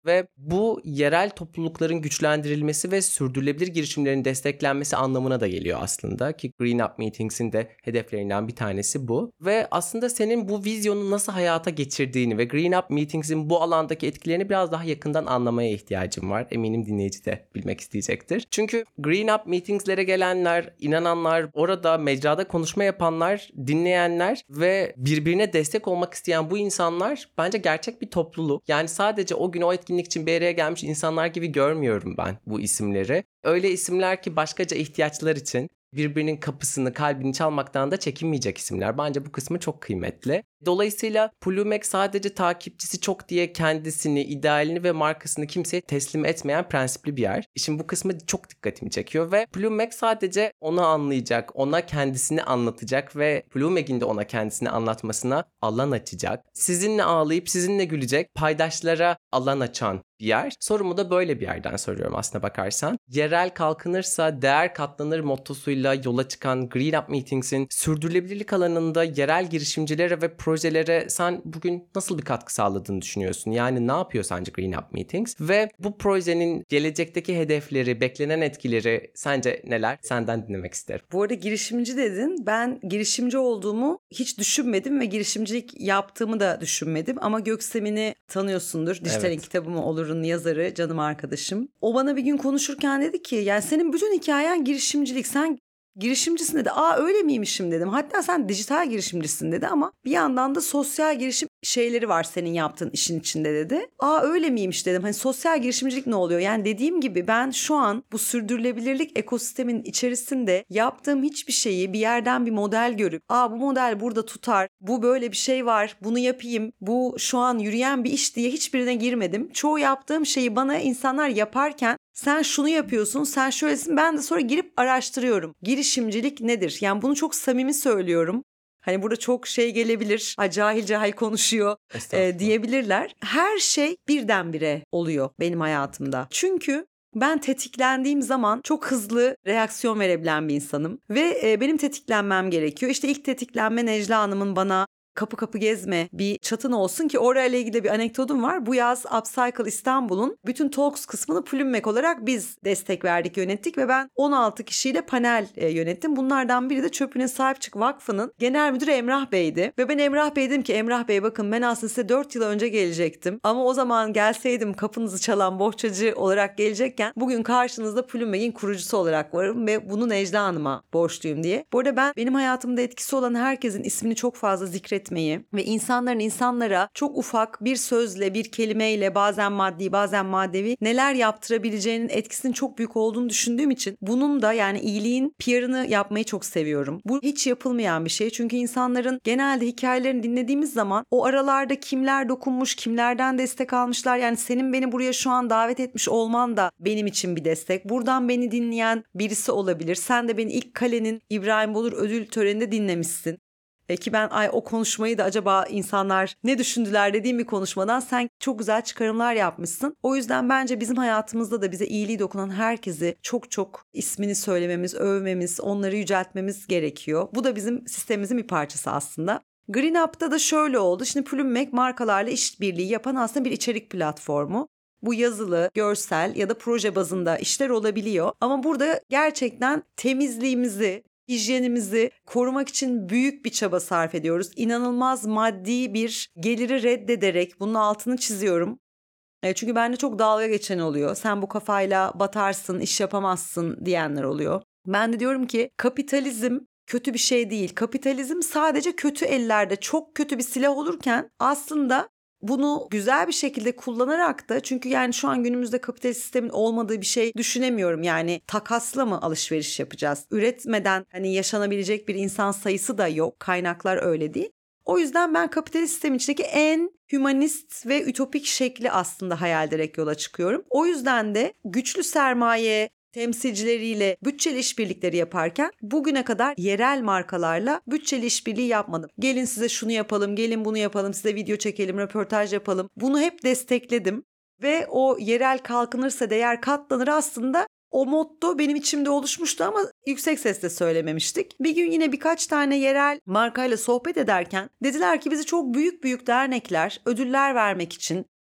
Ve bu yerel toplulukların güçlendirilmesi ve sürdürülebilir girişimlerin desteklenmesi anlamına da geliyor aslında ki Green Up Meetings'in de hedeflerinden bir tanesi bu. Ve aslında senin bu vizyonu nasıl hayata geçirdiğini ve Green Up Meetings'in bu alandaki etkilerini biraz daha yakından anlamaya ihtiyacım var. Eminim dinleyici de bilmek isteyecektir. Çünkü Green Up Meetings'lere gelenler, inananlar, orada mecrada konuşma yapanlar, dinleyenler ve birbirine destek olmak isteyen bu insanlar bence gerçek bir topluluk. Yani sadece o gün o etkinlik için bir araya gelmiş insanlar gibi görmüyorum ben bu isimleri. Öyle isimler ki başkaca ihtiyaçlar için birbirinin kapısını, kalbini çalmaktan da çekinmeyecek isimler. Bence bu kısmı çok kıymetli. Dolayısıyla Plumex sadece takipçisi çok diye kendisini, idealini ve markasını kimseye teslim etmeyen prensipli bir yer. Şimdi bu kısmı çok dikkatimi çekiyor ve Plumex sadece onu anlayacak, ona kendisini anlatacak ve Plumex'in de ona kendisini anlatmasına alan açacak. Sizinle ağlayıp sizinle gülecek, paydaşlara alan açan bir yer. Sorumu da böyle bir yerden soruyorum aslına bakarsan. Yerel kalkınırsa değer katlanır mottosuyla yola çıkan Green Up Meetings'in sürdürülebilirlik alanında yerel girişimcilere ve projelere sen bugün nasıl bir katkı sağladığını düşünüyorsun? Yani ne yapıyor sence Green Up Meetings? Ve bu projenin gelecekteki hedefleri, beklenen etkileri sence neler? Senden dinlemek isterim. Bu arada girişimci dedin. Ben girişimci olduğumu hiç düşünmedim ve girişimcilik yaptığımı da düşünmedim. Ama Göksemin'i tanıyorsundur. Dijital'in kitabımı Olur'un yazarı, canım arkadaşım. O bana bir gün konuşurken dedi ki yani senin bütün hikayen girişimcilik. Sen girişimcisin dedi. Öyle miymişim dedim. Hatta sen dijital girişimcisin dedi ama bir yandan da sosyal girişim şeyleri var senin yaptığın işin içinde dedi. Öyle miymiş dedim. Hani sosyal girişimcilik ne oluyor? Yani dediğim gibi ben şu an bu sürdürülebilirlik ekosistemin içerisinde yaptığım hiçbir şeyi bir yerden bir model görüp bu model burada tutar. Bu böyle bir şey var. Bunu yapayım. Bu şu an yürüyen bir iş diye hiçbirine girmedim. Çoğu yaptığım şeyi bana insanlar yaparken sen şunu yapıyorsun, sen şöylesin. Ben de sonra girip araştırıyorum. Girişimcilik nedir? Yani bunu çok samimi söylüyorum. Hani burada çok şey gelebilir, cahil cahil konuşuyor diyebilirler. Her şey birdenbire oluyor benim hayatımda. Çünkü ben tetiklendiğim zaman çok hızlı reaksiyon verebilen bir insanım. Ve benim tetiklenmem gerekiyor. İşte ilk tetiklenme Necla Hanım'ın bana kapı kapı gezme bir çatın olsun ki orayla ilgili bir anekdotum var. Bu yaz Upcycle İstanbul'un bütün Talks kısmını Plumex olarak biz destek verdik, yönettik ve ben 16 kişiyle panel yönettim. Bunlardan biri de Çöpüne Sahip Çık Vakfı'nın genel müdürü Emrah Bey'di. Ve ben Emrah Bey dedim ki Emrah Bey bakın ben aslında size 4 yıl önce gelecektim. Ama o zaman gelseydim kapınızı çalan bohçacı olarak gelecekken bugün karşınızda Plumex'in kurucusu olarak varım ve bunu Necla Hanım'a borçluyum diye. Bu arada benim hayatımda etkisi olan herkesin ismini çok fazla zikretmeyi ve insanların insanlara çok ufak bir sözle, bir kelimeyle bazen maddi bazen manevi neler yaptırabileceğinin etkisinin çok büyük olduğunu düşündüğüm için bunun da yani iyiliğin PR'ını yapmayı çok seviyorum. Bu hiç yapılmayan bir şey çünkü insanların genelde hikayelerini dinlediğimiz zaman o aralarda kimler dokunmuş, kimlerden destek almışlar yani senin beni buraya şu an davet etmiş olman da benim için bir destek. Buradan beni dinleyen birisi olabilir. Sen de beni ilk Kale'nin İbrahim Bolur ödül töreninde dinlemişsin. Ki ben o konuşmayı da acaba insanlar ne düşündüler dediğim bir konuşmadan sen çok güzel çıkarımlar yapmışsın. O yüzden bence bizim hayatımızda da bize iyiliği dokunan herkesi çok çok ismini söylememiz, övmemiz, onları yüceltmemiz gerekiyor. Bu da bizim sistemimizin bir parçası aslında. Green Up'ta da şöyle oldu. Şimdi Plumex markalarla işbirliği yapan aslında bir içerik platformu. Bu yazılı, görsel ya da proje bazında işler olabiliyor. Ama burada gerçekten temizliğimizi, hijyenimizi korumak için büyük bir çaba sarf ediyoruz. İnanılmaz maddi bir geliri reddederek bunun altını çiziyorum. Çünkü bende çok dalga geçen oluyor. Sen bu kafayla batarsın, iş yapamazsın diyenler oluyor. Ben de diyorum ki kapitalizm kötü bir şey değil. Kapitalizm sadece kötü ellerde çok kötü bir silah olurken aslında bunu güzel bir şekilde kullanarak da çünkü yani şu an günümüzde kapitalist sistemin olmadığı bir şey düşünemiyorum. Yani takasla mı alışveriş yapacağız? Üretmeden hani yaşanabilecek bir insan sayısı da yok. Kaynaklar öyle değil. O yüzden ben kapitalist sistemin içindeki en hümanist ve ütopik şekli aslında hayal ederek yola çıkıyorum. O yüzden de güçlü sermaye temsilcileriyle bütçeli işbirlikleri yaparken bugüne kadar yerel markalarla bütçeli işbirliği yapmadım. Gelin size şunu yapalım, gelin bunu yapalım, size video çekelim, röportaj yapalım. Bunu hep destekledim ve o yerel kalkınırsa değer katlanır aslında o motto benim içimde oluşmuştu ama yüksek sesle söylememiştik. Bir gün yine birkaç tane yerel markayla sohbet ederken dediler ki bizi çok büyük dernekler ödüller vermek için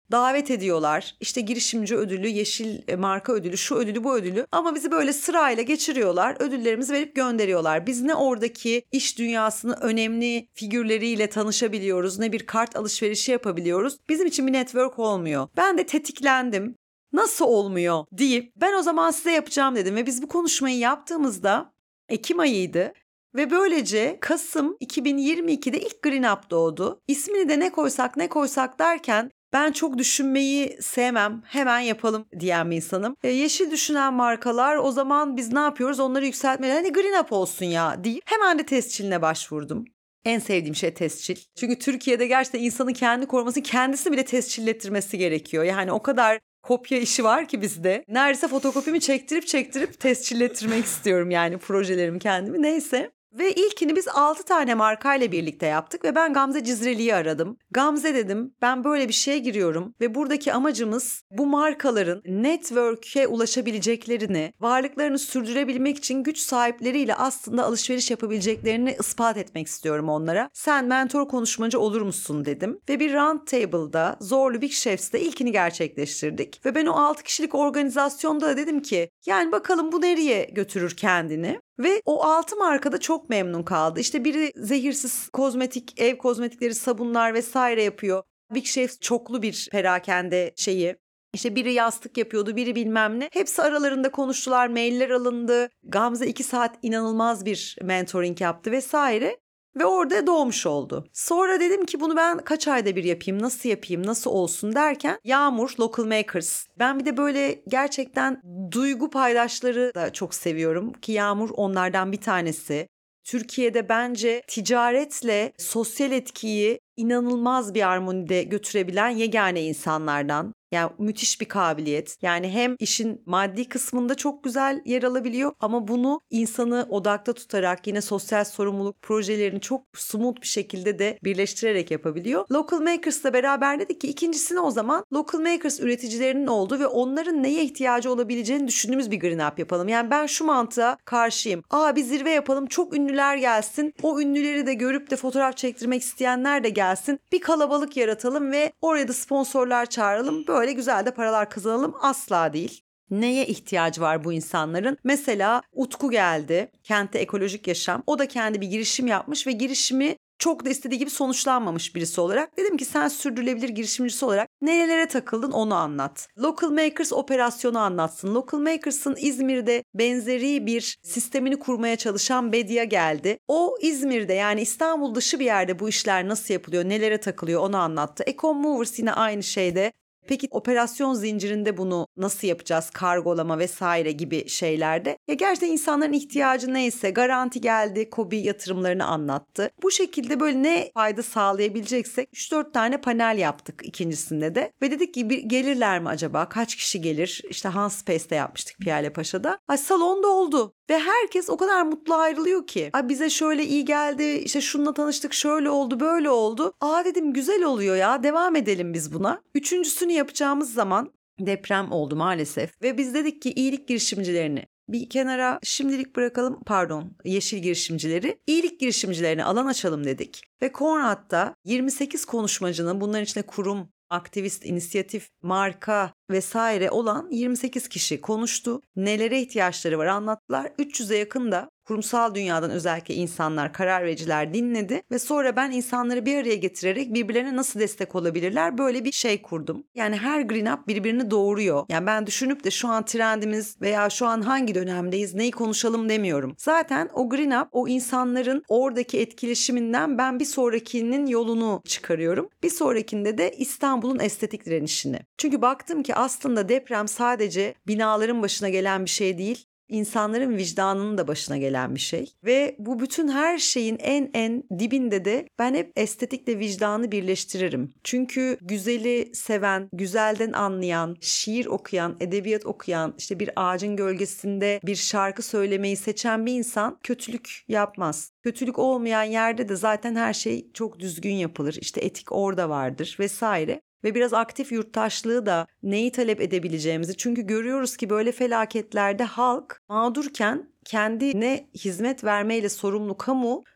davet ediyorlar. İşte girişimci ödülü, yeşil marka ödülü, şu ödülü, bu ödülü. Ama bizi böyle sırayla geçiriyorlar. Ödüllerimizi verip gönderiyorlar. Biz ne oradaki iş dünyasının önemli figürleriyle tanışabiliyoruz, ne bir kart alışverişi yapabiliyoruz. Bizim için bir network olmuyor. Ben de tetiklendim. Nasıl olmuyor deyip ben o zaman size yapacağım dedim ve biz bu konuşmayı yaptığımızda Ekim ayıydı. Ve böylece Kasım 2022'de ilk Green Up doğdu. İsmini de ne koysak derken ben çok düşünmeyi sevmem, hemen yapalım diyen bir insanım. Yeşil düşünen markalar, o zaman biz ne yapıyoruz? Onları yükseltmeli. Hani Green Up olsun ya deyip hemen de tescilline başvurdum. En sevdiğim şey tescil. Çünkü Türkiye'de gerçekten insanın kendi koruması, kendisini bile tescillettirmesi gerekiyor. Yani o kadar kopya işi var ki bizde. Neredeyse fotokopimi çektirip tescillettirmek istiyorum yani projelerimi kendimi. Neyse. Ve ilkini biz 6 tane markayla birlikte yaptık ve ben Gamze Cizreli'yi aradım. Gamze dedim, ben böyle bir şeye giriyorum ve buradaki amacımız bu markaların network'e ulaşabileceklerini, varlıklarını sürdürebilmek için güç sahipleriyle aslında alışveriş yapabileceklerini ispat etmek istiyorum onlara. Sen mentor konuşmacı olur musun dedim. Ve bir round table'da Zorlu Big Chefs'te ilkini gerçekleştirdik. Ve ben o 6 kişilik organizasyonda da dedim ki yani bakalım bu nereye götürür kendini? Ve o 6 markada çok memnun kaldı. İşte biri zehirsiz kozmetik, ev kozmetikleri, sabunlar vesaire yapıyor. Big Chefs çoklu bir perakende şeyi. İşte biri yastık yapıyordu, biri bilmem ne. Hepsi aralarında konuştular, mailler alındı. Gamze 2 saat inanılmaz bir mentoring yaptı vesaire. Ve orada doğmuş oldu. Sonra dedim ki bunu ben kaç ayda bir yapayım, nasıl olsun derken Yağmur, Local Makers. Ben bir de böyle gerçekten duygu paydaşları da çok seviyorum ki Yağmur onlardan bir tanesi. Türkiye'de bence ticaretle sosyal etkiyi inanılmaz bir armonide götürebilen yegane insanlardan. Yani müthiş bir kabiliyet. Yani hem işin maddi kısmında çok güzel yer alabiliyor ama bunu insanı odakta tutarak yine sosyal sorumluluk projelerini çok smooth bir şekilde de birleştirerek yapabiliyor. Local Makers'la beraber dedik ki ikincisini o zaman Local Makers üreticilerinin olduğu ve onların neye ihtiyacı olabileceğini düşündüğümüz bir Green Up yapalım. Yani ben şu mantığa karşıyım. Bir zirve yapalım, çok ünlüler gelsin. O ünlüleri de görüp de fotoğraf çektirmek isteyenler de gelsin. Bir kalabalık yaratalım ve oraya da sponsorlar çağıralım. Böyle güzel de paralar kazanalım, asla değil. Neye ihtiyacı var bu insanların? Mesela Utku geldi. Kentte ekolojik yaşam. O da kendi bir girişim yapmış ve girişimi çok da istediği gibi sonuçlanmamış birisi olarak. Dedim ki sen sürdürülebilir girişimcisi olarak nelere takıldın onu anlat. Local Makers operasyonu anlatsın. Local Makers'ın İzmir'de benzeri bir sistemini kurmaya çalışan Bedia geldi. O İzmir'de yani İstanbul dışı bir yerde bu işler nasıl yapılıyor, nelere takılıyor onu anlattı. Econ Movers yine aynı şeyde. Peki operasyon zincirinde bunu nasıl yapacağız? Kargolama vesaire gibi şeylerde. Ya gerçekten insanların ihtiyacı neyse Garanti geldi, KOBİ yatırımlarını anlattı. Bu şekilde böyle ne fayda sağlayabileceksek 3-4 tane panel yaptık ikincisinde de. Ve dedik ki gelirler mi acaba? Kaç kişi gelir? İşte Hans Space'te yapmıştık Piyale Paşa'da. Salonda oldu. Ve herkes o kadar mutlu ayrılıyor ki. Bize şöyle iyi geldi, işte şununla tanıştık, şöyle oldu, böyle oldu. Dedim güzel oluyor ya, devam edelim biz buna. Üçüncüsünü yapacağımız zaman deprem oldu maalesef. Ve biz dedik ki iyilik girişimcilerini bir kenara şimdilik bırakalım, yeşil girişimcileri, iyilik girişimcilerine alan açalım dedik. Ve Konrad'da 28 konuşmacının, bunların içinde kurum, aktivist, inisiyatif, marka vesaire olan 28 kişi konuştu. Nelere ihtiyaçları var anlattılar. 300'e yakın da kurumsal dünyadan özellikle insanlar, karar vericiler dinledi ve sonra ben insanları bir araya getirerek birbirlerine nasıl destek olabilirler böyle bir şey kurdum. Yani her Green Up birbirini doğuruyor. Yani ben düşünüp de şu an trendimiz veya şu an hangi dönemdeyiz, neyi konuşalım demiyorum. Zaten o Green Up o insanların oradaki etkileşiminden ben bir sonrakinin yolunu çıkarıyorum. Bir sonrakinde de İstanbul'un estetik direnişini. Çünkü baktım ki aslında deprem sadece binaların başına gelen bir şey değil. İnsanların vicdanının da başına gelen bir şey. Ve bu bütün her şeyin en dibinde de ben hep estetikle vicdanı birleştiririm. Çünkü güzeli seven, güzelden anlayan, şiir okuyan, edebiyat okuyan, işte bir ağacın gölgesinde bir şarkı söylemeyi seçen bir insan kötülük yapmaz. Kötülük olmayan yerde de zaten her şey çok düzgün yapılır. İşte etik orada vardır vesaire. Ve biraz aktif yurttaşlığı da neyi talep edebileceğimizi, çünkü görüyoruz ki böyle felaketlerde halk mağdurken kendine hizmet vermeyle sorumlu kamu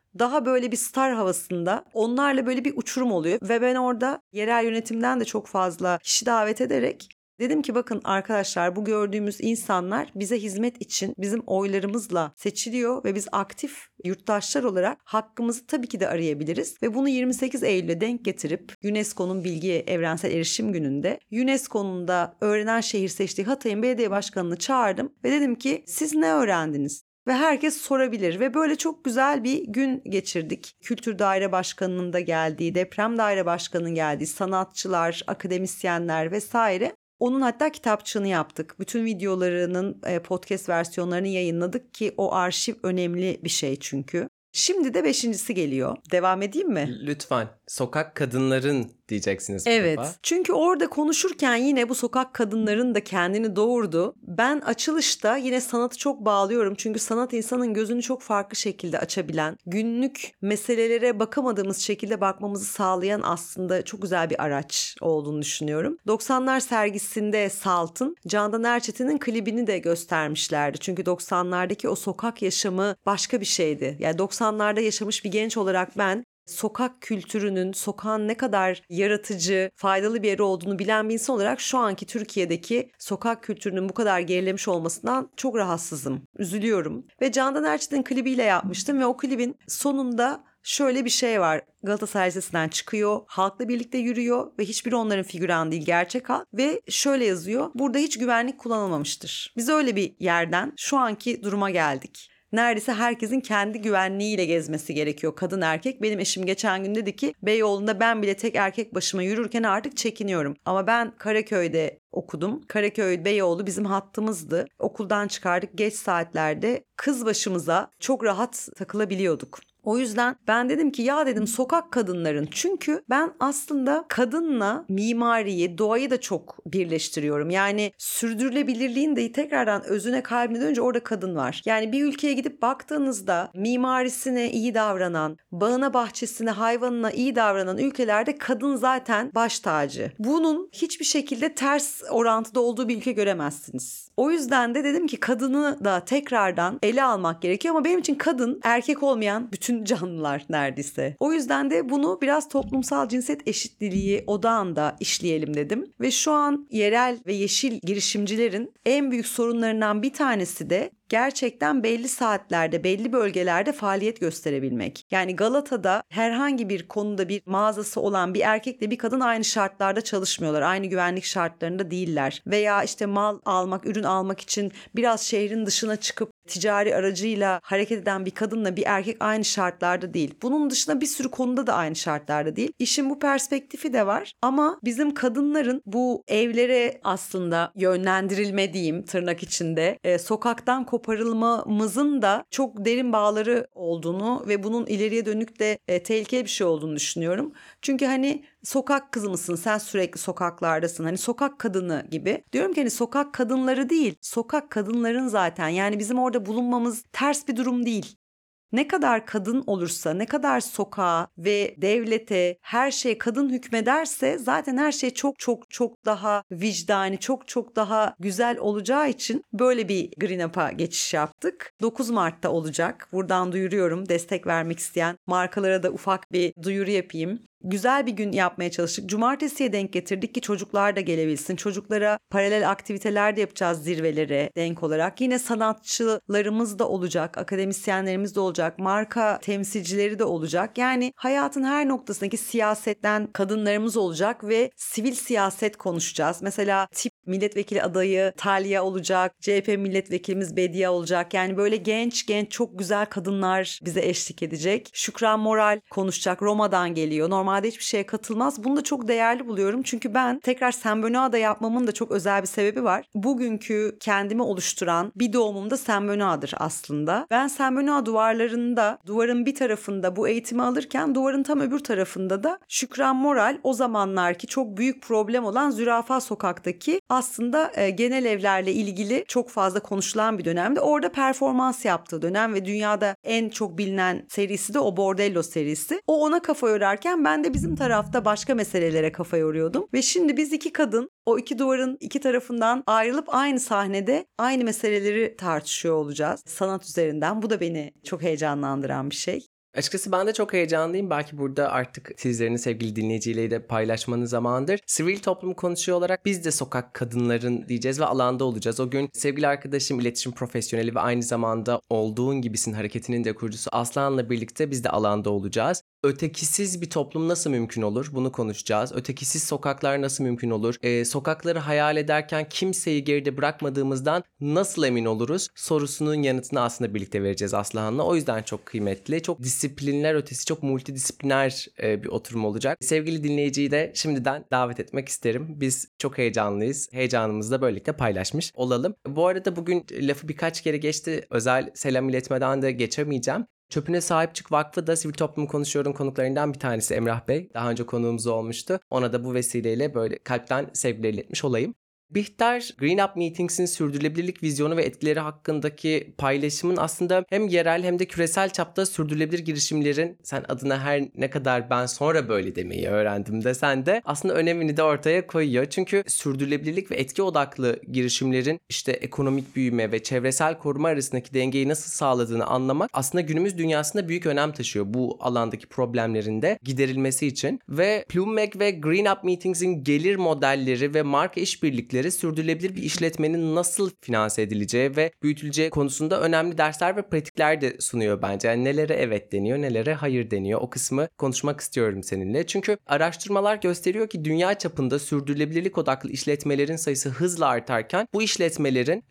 daha böyle bir star havasında onlarla böyle bir uçurum oluyor. Ve ben orada yerel yönetimden de çok fazla kişi davet ederek dedim ki bakın arkadaşlar, bu gördüğümüz insanlar bize hizmet için bizim oylarımızla seçiliyor ve biz aktif yurttaşlar olarak hakkımızı tabii ki de arayabiliriz. Ve bunu 28 Eylül'e denk getirip UNESCO'nun Bilgiye Evrensel Erişim Günü'nde UNESCO'nun da öğrenen şehir seçtiği Hatay'ın belediye başkanını çağırdım ve dedim ki siz ne öğrendiniz? Ve herkes sorabilir ve böyle çok güzel bir gün geçirdik. Kültür Daire Başkanı'nın da geldiği, Deprem Daire Başkanı'nın geldiği, sanatçılar, akademisyenler vesaire. Onun hatta kitapçığını yaptık. Bütün videolarının podcast versiyonlarını yayınladık ki o arşiv önemli bir şey çünkü. Şimdi de 5.'si geliyor. Devam edeyim mi? Lütfen. Sokak kadınların diyeceksiniz bu Evet. defa. Çünkü orada konuşurken yine bu sokak kadınların da kendini doğurdu. Ben açılışta yine sanatı çok bağlıyorum. Çünkü sanat insanın gözünü çok farklı şekilde açabilen, günlük meselelere bakamadığımız şekilde bakmamızı sağlayan aslında çok güzel bir araç olduğunu düşünüyorum. 90'lar sergisinde Salt'ın Candan Erçetin'in klibini de göstermişlerdi. Çünkü 90'lardaki o sokak yaşamı başka bir şeydi. Yani 90'larda yaşamış bir genç olarak ben sokak kültürünün, sokağın ne kadar yaratıcı, faydalı bir yer olduğunu bilen bir insan olarak şu anki Türkiye'deki sokak kültürünün bu kadar gerilemiş olmasından çok rahatsızım. Üzülüyorum. Ve Candan Erçetin klibiyle yapmıştım ve o klibin sonunda şöyle bir şey var. Galatasaray Lisesi'nden çıkıyor, halkla birlikte yürüyor ve hiçbiri onların figüran değil, gerçek halk. Ve şöyle yazıyor, burada hiç güvenlik kullanılmamıştır. Biz öyle bir yerden şu anki duruma geldik. Neredeyse herkesin kendi güvenliğiyle gezmesi gerekiyor, kadın erkek. Benim eşim geçen gün dedi ki Beyoğlu'nda ben bile tek erkek başıma yürürken artık çekiniyorum. Ama ben Karaköy'de okudum. Karaköy, Beyoğlu bizim hattımızdı. Okuldan çıkardık, geç saatlerde kız başımıza çok rahat takılabiliyorduk. O yüzden ben dedim ki ya dedim sokak kadınların, çünkü ben aslında kadınla mimariyi, doğayı da çok birleştiriyorum. Yani sürdürülebilirliğin de tekrardan özüne, kalbine dönünce orada kadın var. Yani bir ülkeye gidip baktığınızda mimarisine iyi davranan, bağına bahçesine, hayvanına iyi davranan ülkelerde kadın zaten baş tacı. Bunun hiçbir şekilde ters orantıda olduğu bir ülke göremezsiniz. O yüzden de dedim ki kadını da tekrardan ele almak gerekiyor ama benim için kadın erkek olmayan bütün canlılar neredeyse. O yüzden de bunu biraz toplumsal cinsiyet eşitliği odağında işleyelim dedim. Ve şu an yerel ve yeşil girişimcilerin en büyük sorunlarından bir tanesi de gerçekten belli saatlerde, belli bölgelerde faaliyet gösterebilmek. Yani Galata'da herhangi bir konuda bir mağazası olan bir erkekle bir kadın aynı şartlarda çalışmıyorlar. Aynı güvenlik şartlarında değiller. Veya işte mal almak, ürün almak için biraz şehrin dışına çıkıp ticari aracıyla hareket eden bir kadınla bir erkek aynı şartlarda değil. Bunun dışında bir sürü konuda da aynı şartlarda değil. İşin bu perspektifi de var ama bizim kadınların bu evlere aslında yönlendirilme diyeyim tırnak içinde, sokaktan koparılmamızın da çok derin bağları olduğunu ve bunun ileriye dönük de tehlikeli bir şey olduğunu düşünüyorum. Çünkü hani sokak kızı mısın, sen sürekli sokaklardasın, hani sokak kadını gibi. Diyorum ki hani sokak kadınları değil, sokak kadınların zaten, yani bizim orada bulunmamız ters bir durum değil. Ne kadar kadın olursa, ne kadar sokağa ve devlete, her şeye kadın hükmederse zaten her şey çok çok çok daha vicdani, çok çok daha güzel olacağı için böyle bir Green Up'a geçiş yaptık. 9 Mart'ta olacak. Buradan duyuruyorum. Destek vermek isteyen markalara da ufak bir duyuru yapayım. Güzel bir gün yapmaya çalıştık. Cumartesiye denk getirdik ki çocuklar da gelebilsin. Çocuklara paralel aktiviteler de yapacağız zirvelere denk olarak. Yine sanatçılarımız da olacak, akademisyenlerimiz de olacak, marka temsilcileri de olacak. Yani hayatın her noktasındaki siyasetten kadınlarımız olacak ve sivil siyaset konuşacağız. Mesela tip milletvekili adayı Talya olacak, CHP milletvekilimiz Bediye olacak. Yani böyle genç çok güzel kadınlar bize eşlik edecek. Şükran Moral konuşacak, Roma'dan geliyor. Normalde hiçbir şeye katılmaz. Bunu da çok değerli buluyorum. Çünkü ben tekrar Sembönoa'da yapmamın da çok özel bir sebebi var. Bugünkü kendimi oluşturan bir doğumum da Sembönoa'dır aslında. Ben Sembönoa duvarlarında, duvarın bir tarafında bu eğitimi alırken duvarın tam öbür tarafında da Şükran Moral o zamanlarki çok büyük problem olan Zürafa Sokak'taki aslında genel evlerle ilgili çok fazla konuşulan bir dönemde. Orada performans yaptığı dönem ve dünyada en çok bilinen serisi de o Bordello serisi. O ona kafa yorarken ben de bizim tarafta başka meselelere kafa yoruyordum. Ve şimdi biz iki kadın o iki duvarın iki tarafından ayrılıp aynı sahnede aynı meseleleri tartışıyor olacağız sanat üzerinden. Bu da beni çok heyecanlandıran bir şey. Açıkçası ben de çok heyecanlıyım. Belki burada artık sizlerin sevgili dinleyiciyle de paylaşmanın zamanıdır. Sivil toplum konuşuyor olarak biz de sokak kadınların diyeceğiz ve alanda olacağız. O gün sevgili arkadaşım, iletişim profesyoneli ve aynı zamanda Olduğun Gibisin hareketinin de kurucusu Aslan'la birlikte biz de alanda olacağız. Ötekisiz bir toplum nasıl mümkün olur? Bunu konuşacağız. Ötekisiz sokaklar nasıl mümkün olur? Sokakları hayal ederken kimseyi geride bırakmadığımızdan nasıl emin oluruz? Sorusunun yanıtını aslında birlikte vereceğiz Aslıhan'la. O yüzden çok kıymetli. Çok disiplinler ötesi, çok multidisipliner bir oturum olacak. Sevgili dinleyiciyi de şimdiden davet etmek isterim. Biz çok heyecanlıyız. Heyecanımızı da böylelikle paylaşmış olalım. Bu arada bugün lafı birkaç kere geçti. Özel selam iletmeden de geçemeyeceğim. Çöpüne Sahip Çık Vakfı da Sivil Toplum Konuşuyorum konuklarından bir tanesi Emrah Bey. Daha önce konuğumuz olmuştu. Ona da bu vesileyle böyle kalpten sevgiler iletmiş olayım. Bihter, Green Up Meetings'in sürdürülebilirlik vizyonu ve etkileri hakkındaki paylaşımın aslında hem yerel hem de küresel çapta sürdürülebilir girişimlerin, sen adına her ne kadar ben sonra böyle demeyi öğrendim desen de aslında önemini de ortaya koyuyor. Çünkü sürdürülebilirlik ve etki odaklı girişimlerin işte ekonomik büyüme ve çevresel koruma arasındaki dengeyi nasıl sağladığını anlamak aslında günümüz dünyasında büyük önem taşıyor bu alandaki problemlerin de giderilmesi için. Ve Plumeg ve Green Up Meetings'in gelir modelleri ve marka işbirlikleri sürdürülebilir bir işletmenin nasıl finanse edileceği ve büyütüleceği konusunda önemli dersler ve pratikler de sunuyor bence. Yani nelere evet deniyor, nelere hayır deniyor. O kısmı konuşmak istiyorum seninle. Çünkü araştırmalar gösteriyor ki dünya çapında sürdürülebilirlik odaklı işletmelerin sayısı hızla artarken bu işletmelerin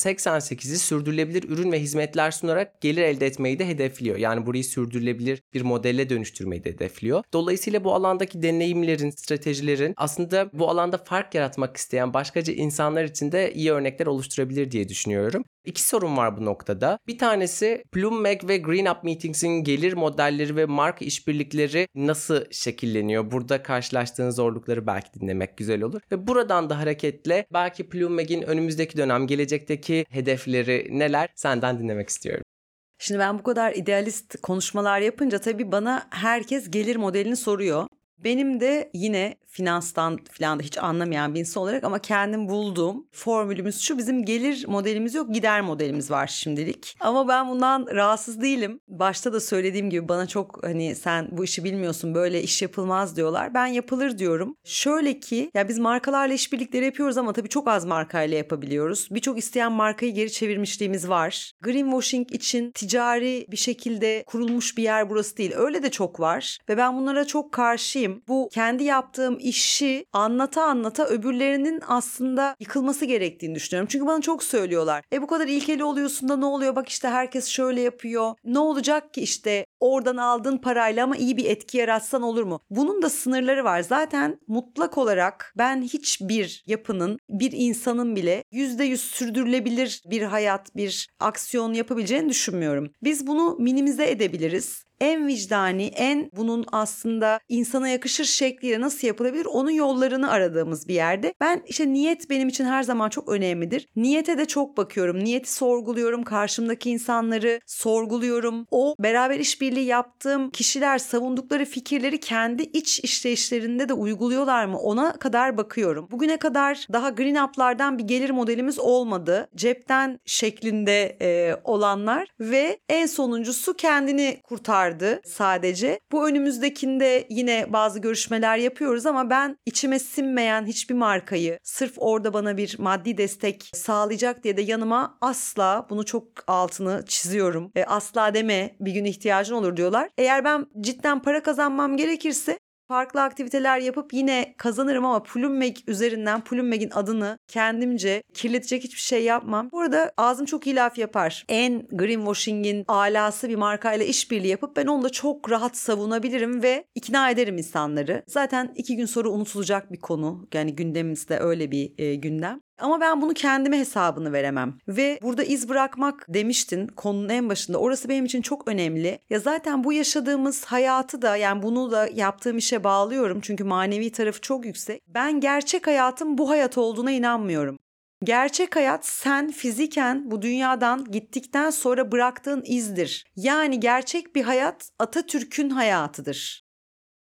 %88'i sürdürülebilir ürün ve hizmetler sunarak gelir elde etmeyi de hedefliyor. Yani burayı sürdürülebilir bir modelle dönüştürmeyi de hedefliyor. Dolayısıyla bu alandaki deneyimlerin, stratejilerin aslında bu alanda fark yaratmak isteyen başkaca insanlar için de iyi örnekler oluşturabilir diye düşünüyorum. İki sorun var bu noktada. Bir tanesi Plumeg ve Green Up Meetings'in gelir modelleri ve marka işbirlikleri nasıl şekilleniyor? Burada karşılaştığın zorlukları belki dinlemek güzel olur. Ve buradan da hareketle belki Plumeg'in önümüzdeki dönem, gelecekteki hedefleri neler? Senden dinlemek istiyorum. Şimdi ben bu kadar idealist konuşmalar yapınca tabii bana herkes gelir modelini soruyor. Benim de yine finanstan falan da hiç anlamayan bir insan olarak ama kendim bulduğum formülümüz şu: bizim gelir modelimiz yok, gider modelimiz var şimdilik. Ama ben bundan rahatsız değilim. Başta da söylediğim gibi bana çok hani sen bu işi bilmiyorsun, böyle iş yapılmaz diyorlar. Ben yapılır diyorum. Şöyle ki ya biz markalarla işbirlikleri yapıyoruz ama tabii çok az markayla yapabiliyoruz. Birçok isteyen markayı geri çevirmişliğimiz var. Greenwashing için ticari bir şekilde kurulmuş bir yer burası değil. Öyle de çok var ve ben bunlara çok karşıyım. Bu kendi yaptığım işi anlata anlata öbürlerinin aslında yıkılması gerektiğini düşünüyorum. Çünkü bana çok söylüyorlar. Bu kadar ilkeli oluyorsun da ne oluyor? Bak işte herkes şöyle yapıyor. Ne olacak ki işte oradan aldığın parayla ama iyi bir etki yaratsan olur mu? Bunun da sınırları var. Zaten mutlak olarak ben hiçbir yapının, bir insanın bile %100 sürdürülebilir bir hayat, bir aksiyon yapabileceğini düşünmüyorum. Biz bunu minimize edebiliriz. En vicdani, en bunun aslında insana yakışır şekliyle nasıl yapılabilir onun yollarını aradığımız bir yerde. Ben işte niyet benim için her zaman çok önemlidir. Niyete de çok bakıyorum. Niyeti sorguluyorum. Karşımdaki insanları sorguluyorum. O beraber işbirliği yaptığım kişiler savundukları fikirleri kendi iç işleyişlerinde de uyguluyorlar mı? Ona kadar bakıyorum. Bugüne kadar daha Green Up'lardan bir gelir modelimiz olmadı. Cepten şeklinde olanlar ve en sonuncusu kendini kurtardı sadece. Bu önümüzdekinde yine bazı görüşmeler yapıyoruz ama ben içime sinmeyen hiçbir markayı sırf orada bana bir maddi destek sağlayacak diye de yanıma asla, bunu çok altını çiziyorum. Asla deme, bir gün ihtiyacın olur diyorlar. Eğer ben cidden para kazanmam gerekirse farklı aktiviteler yapıp yine kazanırım ama Plumeg üzerinden Plumeg'in adını kendimce kirletecek hiçbir şey yapmam. Bu arada ağzım çok iyi laf yapar. En greenwashing'in alası bir markayla işbirliği yapıp ben onu da çok rahat savunabilirim ve ikna ederim insanları. Zaten 2 gün sonra unutulacak bir konu. Yani gündemimizde öyle bir gündem. Ama ben bunu kendime hesabını veremem. Ve burada iz bırakmak demiştin konunun en başında. Orası benim için çok önemli. Ya zaten bu yaşadığımız hayatı da, yani bunu da yaptığım işe bağlıyorum. Çünkü manevi tarafı çok yüksek. Ben gerçek hayatın bu hayat olduğuna inanmıyorum. Gerçek hayat sen fiziken bu dünyadan gittikten sonra bıraktığın izdir. Yani gerçek bir hayat Atatürk'ün hayatıdır.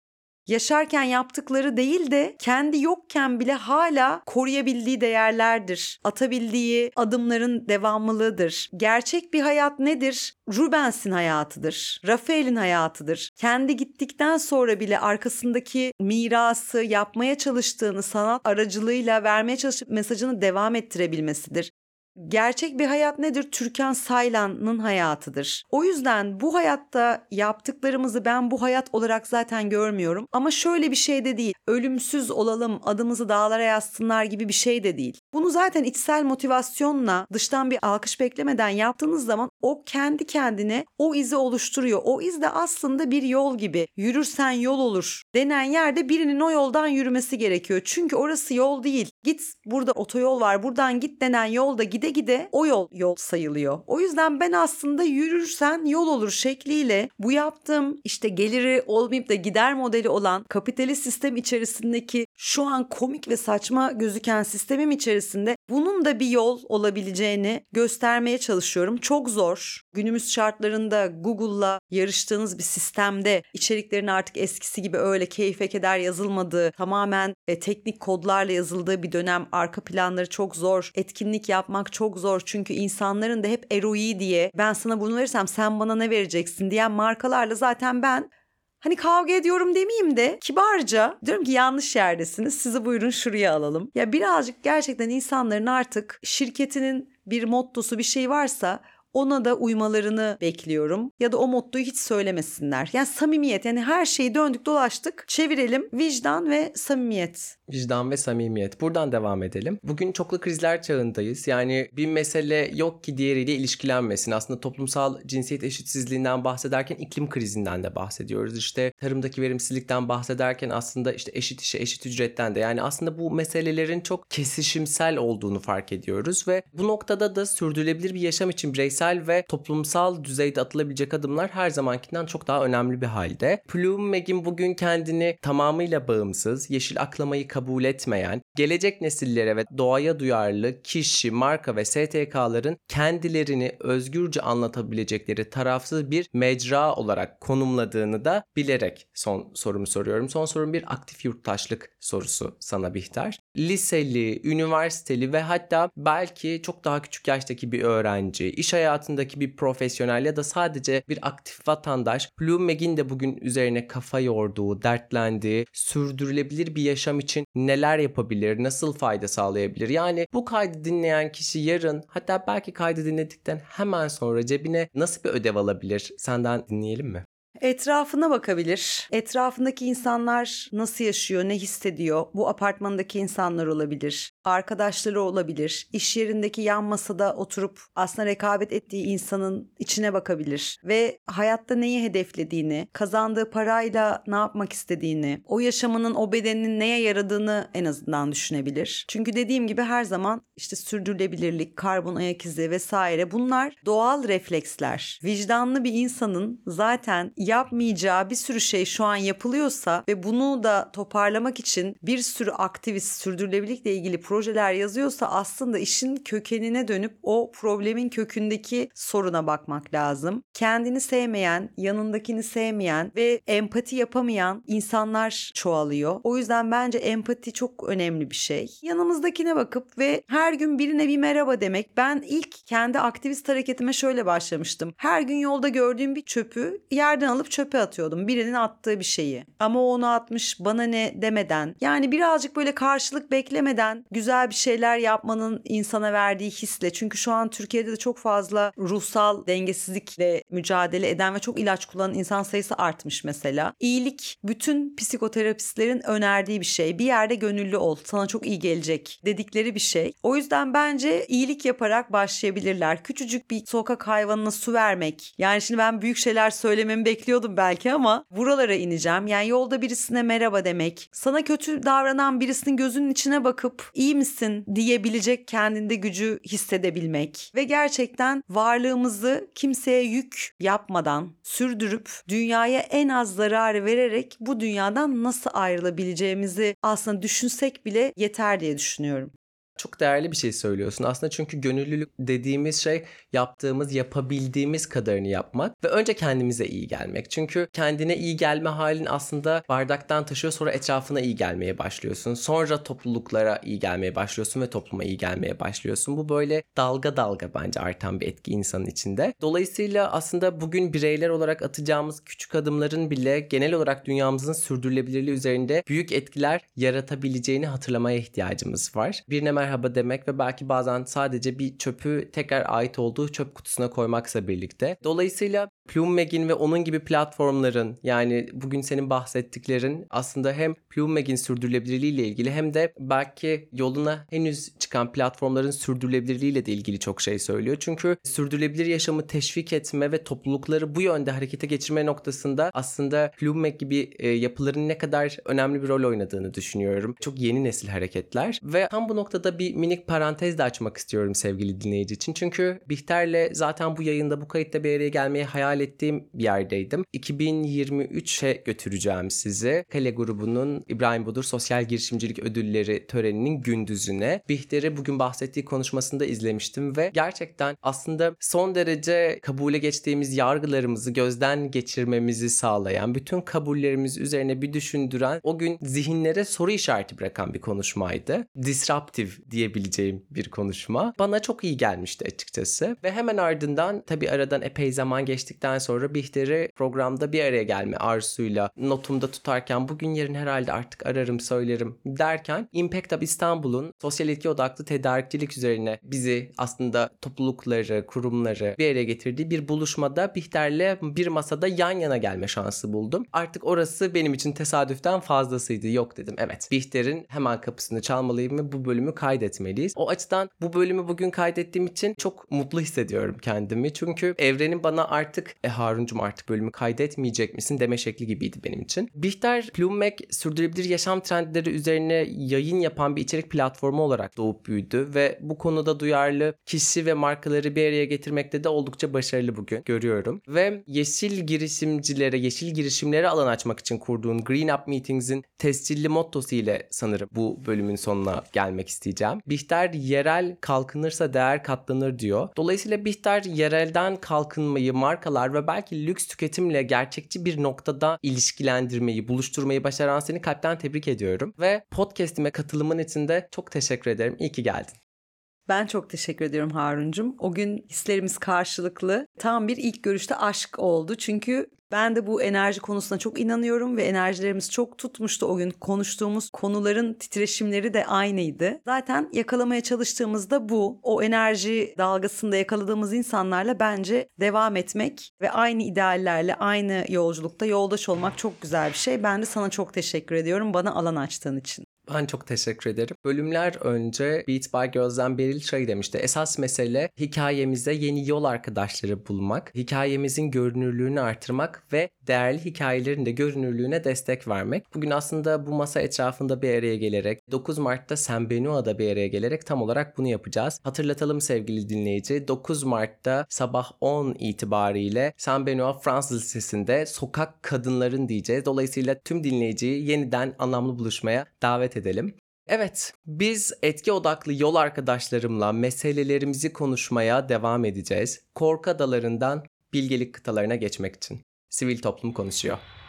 yaşarken yaptıkları değil de kendi yokken bile hala koruyabildiği değerlerdir. Atabildiği adımların devamlılığıdır. Gerçek bir hayat nedir? Rubens'in hayatıdır. Rafael'in hayatıdır. Kendi gittikten sonra bile arkasındaki mirası, yapmaya çalıştığını sanat aracılığıyla vermeye çalışıp mesajını devam ettirebilmesidir. Gerçek bir hayat nedir? Türkan Saylan'ın hayatıdır. O yüzden bu hayatta yaptıklarımızı ben bu hayat olarak zaten görmüyorum. Ama şöyle bir şey de değil. Ölümsüz olalım, adımızı dağlara yazsınlar gibi bir şey de değil. Bunu zaten içsel motivasyonla, dıştan bir alkış beklemeden yaptığınız zaman o kendi kendine o izi oluşturuyor. O iz de aslında bir yol gibi. Yürürsen yol olur denen yerde birinin o yoldan yürümesi gerekiyor. Çünkü orası yol değil. Git, burada otoyol var, buradan git denen yolda gide gide o yol sayılıyor. O yüzden ben aslında yürürsen yol olur şekliyle bu yaptığım işte geliri olmayıp da gider modeli olan kapitalist sistem içerisindeki şu an komik ve saçma gözüken sistemim içerisinde bunun da bir yol olabileceğini göstermeye çalışıyorum. Çok zor. Günümüz şartlarında Google'la yarıştığınız bir sistemde içeriklerin artık eskisi gibi öyle keyfe keder yazılmadığı, tamamen teknik kodlarla yazıldığı bir dönem, arka planları çok zor. Etkinlik yapmak çok zor. Çünkü insanların da hep ROI diye ben sana bunu verirsem sen bana ne vereceksin diyen markalarla zaten ben hani kavga ediyorum demeyeyim de kibarca diyorum ki yanlış yerdesiniz. Sizi buyurun şuraya alalım. Ya birazcık gerçekten insanların artık şirketinin bir mottosu bir şey varsa ona da uymalarını bekliyorum. Ya da o mottoyu hiç söylemesinler. Yani samimiyet, yani her şeyi döndük dolaştık. Çevirelim, vicdan ve samimiyet. Vicdan ve samimiyet. Buradan devam edelim. Bugün çoklu krizler çağındayız. Yani bir mesele yok ki diğeriyle ilişkilenmesin. Aslında toplumsal cinsiyet eşitsizliğinden bahsederken iklim krizinden de bahsediyoruz. İşte tarımdaki verimsizlikten bahsederken aslında işte eşit işe eşit ücretten de. Yani aslında bu meselelerin çok kesişimsel olduğunu fark ediyoruz ve bu noktada da sürdürülebilir bir yaşam için bireysel ve toplumsal düzeyde atılabilecek adımlar her zamankinden çok daha önemli bir halde. Bloomberg'in bugün kendini tamamıyla bağımsız, yeşil aklamayı kabul etmeyen, gelecek nesillere ve doğaya duyarlı kişi, marka ve STK'ların kendilerini özgürce anlatabilecekleri tarafsız bir mecra olarak konumladığını da bilerek son sorumu soruyorum. Son sorum bir aktif yurttaşlık sorusu sana Bihter. Liseli, üniversiteli ve hatta belki çok daha küçük yaştaki bir öğrenci, iş hayatındaki bir profesyonel ya da sadece bir aktif vatandaş Bloomberg'in de bugün üzerine kafa yorduğu, dertlendiği, sürdürülebilir bir yaşam için neler yapabilir, nasıl fayda sağlayabilir? Yani bu kaydı dinleyen kişi yarın, hatta belki kaydı dinledikten hemen sonra cebine nasıl bir ödev alabilir? Senden dinleyelim mi? Etrafına bakabilir. Etrafındaki insanlar nasıl yaşıyor, ne hissediyor? Bu apartmandaki insanlar olabilir. Arkadaşları olabilir. İş yerindeki yan masada oturup aslında rekabet ettiği insanın içine bakabilir. Ve hayatta neyi hedeflediğini, kazandığı parayla ne yapmak istediğini, o yaşamının, o bedeninin neye yaradığını en azından düşünebilir. Çünkü dediğim gibi her zaman işte sürdürülebilirlik, karbon ayak izi vesaire bunlar doğal refleksler. Vicdanlı bir insanın zaten yapmayacağı bir sürü şey şu an yapılıyorsa ve bunu da toparlamak için bir sürü aktivist sürdürülebilirlikle ilgili projeler yazıyorsa aslında işin kökenine dönüp o problemin kökündeki soruna bakmak lazım. Kendini sevmeyen, yanındakini sevmeyen ve empati yapamayan insanlar çoğalıyor. O yüzden bence empati çok önemli bir şey. Yanımızdakine bakıp ve her gün birine bir merhaba demek. Ben ilk kendi aktivist hareketime şöyle başlamıştım. Her gün yolda gördüğüm bir çöpü yerden alıp çöpe atıyordum. Birinin attığı bir şeyi. Ama o onu atmış, bana ne demeden. Yani birazcık böyle karşılık beklemeden güzel bir şeyler yapmanın insana verdiği hisle. Çünkü şu an Türkiye'de de çok fazla ruhsal dengesizlikle mücadele eden ve çok ilaç kullanan insan sayısı artmış mesela. İyilik bütün psikoterapistlerin önerdiği bir şey. Bir yerde gönüllü ol, sana çok iyi gelecek dedikleri bir şey. O yüzden bence iyilik yaparak başlayabilirler. Küçücük bir sokak hayvanına su vermek. Yani şimdi ben büyük şeyler söylememi bekliyordum belki ama buralara ineceğim. Yani yolda birisine merhaba demek, sana kötü davranan birisinin gözünün içine bakıp iyi misin diyebilecek kendinde gücü hissedebilmek ve gerçekten varlığımızı kimseye yük yapmadan sürdürüp dünyaya en az zararı vererek bu dünyadan nasıl ayrılabileceğimizi aslında düşünsek bile yeter diye düşünüyorum. Çok değerli bir şey söylüyorsun. Aslında çünkü gönüllülük dediğimiz şey yapabildiğimiz kadarını yapmak ve önce kendimize iyi gelmek. Çünkü kendine iyi gelme halin aslında bardaktan taşıyor, sonra etrafına iyi gelmeye başlıyorsun. Sonra topluluklara iyi gelmeye başlıyorsun ve topluma iyi gelmeye başlıyorsun. Bu böyle dalga dalga bence artan bir etki insanın içinde. Dolayısıyla aslında bugün bireyler olarak atacağımız küçük adımların bile genel olarak dünyamızın sürdürülebilirliği üzerinde büyük etkiler yaratabileceğini hatırlamaya ihtiyacımız var. Birine merhaba demek ve belki bazen sadece bir çöpü tekrar ait olduğu çöp kutusuna koymaksa birlikte. Dolayısıyla Plumeg'in ve onun gibi platformların, yani bugün senin bahsettiklerin aslında hem Plumeg'in sürdürülebilirliği ile ilgili hem de belki yoluna henüz çıkan platformların sürdürülebilirliği ile de ilgili çok şey söylüyor. Çünkü sürdürülebilir yaşamı teşvik etme ve toplulukları bu yönde harekete geçirme noktasında aslında Plumeg gibi yapıların ne kadar önemli bir rol oynadığını düşünüyorum. Çok yeni nesil hareketler ve tam bu noktada bir minik parantez de açmak istiyorum sevgili dinleyici için. Çünkü Bihter'le zaten bu yayında, bu kayıtta bir araya gelmeyi hayal ettiğim bir yerdeydim. 2023'e götüreceğim sizi. Kale grubunun İbrahim Budur Sosyal Girişimcilik Ödülleri töreninin gündüzüne. Bihter'i bugün bahsettiği konuşmasında izlemiştim ve gerçekten aslında son derece kabule geçtiğimiz yargılarımızı gözden geçirmemizi sağlayan, bütün kabullerimiz üzerine bir düşündüren, o gün zihinlere soru işareti bırakan bir konuşmaydı. Disruptive diyebileceğim bir konuşma. Bana çok iyi gelmişti açıkçası. Ve hemen ardından tabii aradan epey zaman geçtikten sonra Bihter'i programda bir araya gelme arzusuyla notumda tutarken bugün yarın herhalde artık ararım söylerim derken Impact Hub İstanbul'un sosyal etki odaklı tedarikçilik üzerine bizi aslında toplulukları, kurumları bir araya getirdiği bir buluşmada Bihter'le bir masada yan yana gelme şansı buldum. Artık orası benim için tesadüften fazlasıydı. Yok dedim, evet, Bihter'in hemen kapısını çalmalıyım ve bu bölümü kaydetmeliyiz. O açıdan bu bölümü bugün kaydettiğim için çok mutlu hissediyorum kendimi. Çünkü evrenin bana artık Haruncum artık bölümü kaydetmeyecek misin deme şekli gibiydi benim için. Bihter, Plumeg sürdürülebilir yaşam trendleri üzerine yayın yapan bir içerik platformu olarak doğup büyüdü ve bu konuda duyarlı kişi ve markaları bir araya getirmekte de oldukça başarılı bugün görüyorum. Ve yeşil girişimlere alan açmak için kurduğun Green Up Meetings'in tescilli mottosu ile sanırım bu bölümün sonuna gelmek isteyeceğim. Bihter yerel kalkınırsa değer katlanır diyor. Dolayısıyla Bihter yerelden kalkınmayı markalar ve belki lüks tüketimle gerçekçi bir noktada ilişkilendirmeyi, buluşturmayı başaran seni kalpten tebrik ediyorum. Ve podcast'ime katılımın için de çok teşekkür ederim. İyi ki geldin. Ben çok teşekkür ediyorum Haruncum. O gün hislerimiz karşılıklı. Tam bir ilk görüşte aşk oldu. Çünkü ben de bu enerji konusuna çok inanıyorum ve enerjilerimiz çok tutmuştu o gün. Konuştuğumuz konuların titreşimleri de aynıydı. Zaten yakalamaya çalıştığımızda bu. O enerji dalgasında yakaladığımız insanlarla bence devam etmek ve aynı ideallerle, aynı yolculukta yoldaş olmak çok güzel bir şey. Ben de sana çok teşekkür ediyorum bana alan açtığın için. Ben çok teşekkür ederim. Bölümler önce Beat by Gözden Beril şey demişti. Esas mesele hikayemize yeni yol arkadaşları bulmak, hikayemizin görünürlüğünü artırmak ve değerli hikayelerin de görünürlüğüne destek vermek. Bugün aslında bu masa etrafında bir araya gelerek 9 Mart'ta Saint Benoît'da bir araya gelerek tam olarak bunu yapacağız. Hatırlatalım sevgili dinleyici. 9 Mart'ta sabah 10 itibariyle Saint Benoît Fransız Lisesi'nde sokak kadınların diyeceğiz. Dolayısıyla tüm dinleyiciyi yeniden anlamlı buluşmaya davet edelim. Evet, biz etki odaklı yol arkadaşlarımla meselelerimizi konuşmaya devam edeceğiz. Korku adalarından bilgelik kıtalarına geçmek için. Sivil toplum konuşuyor.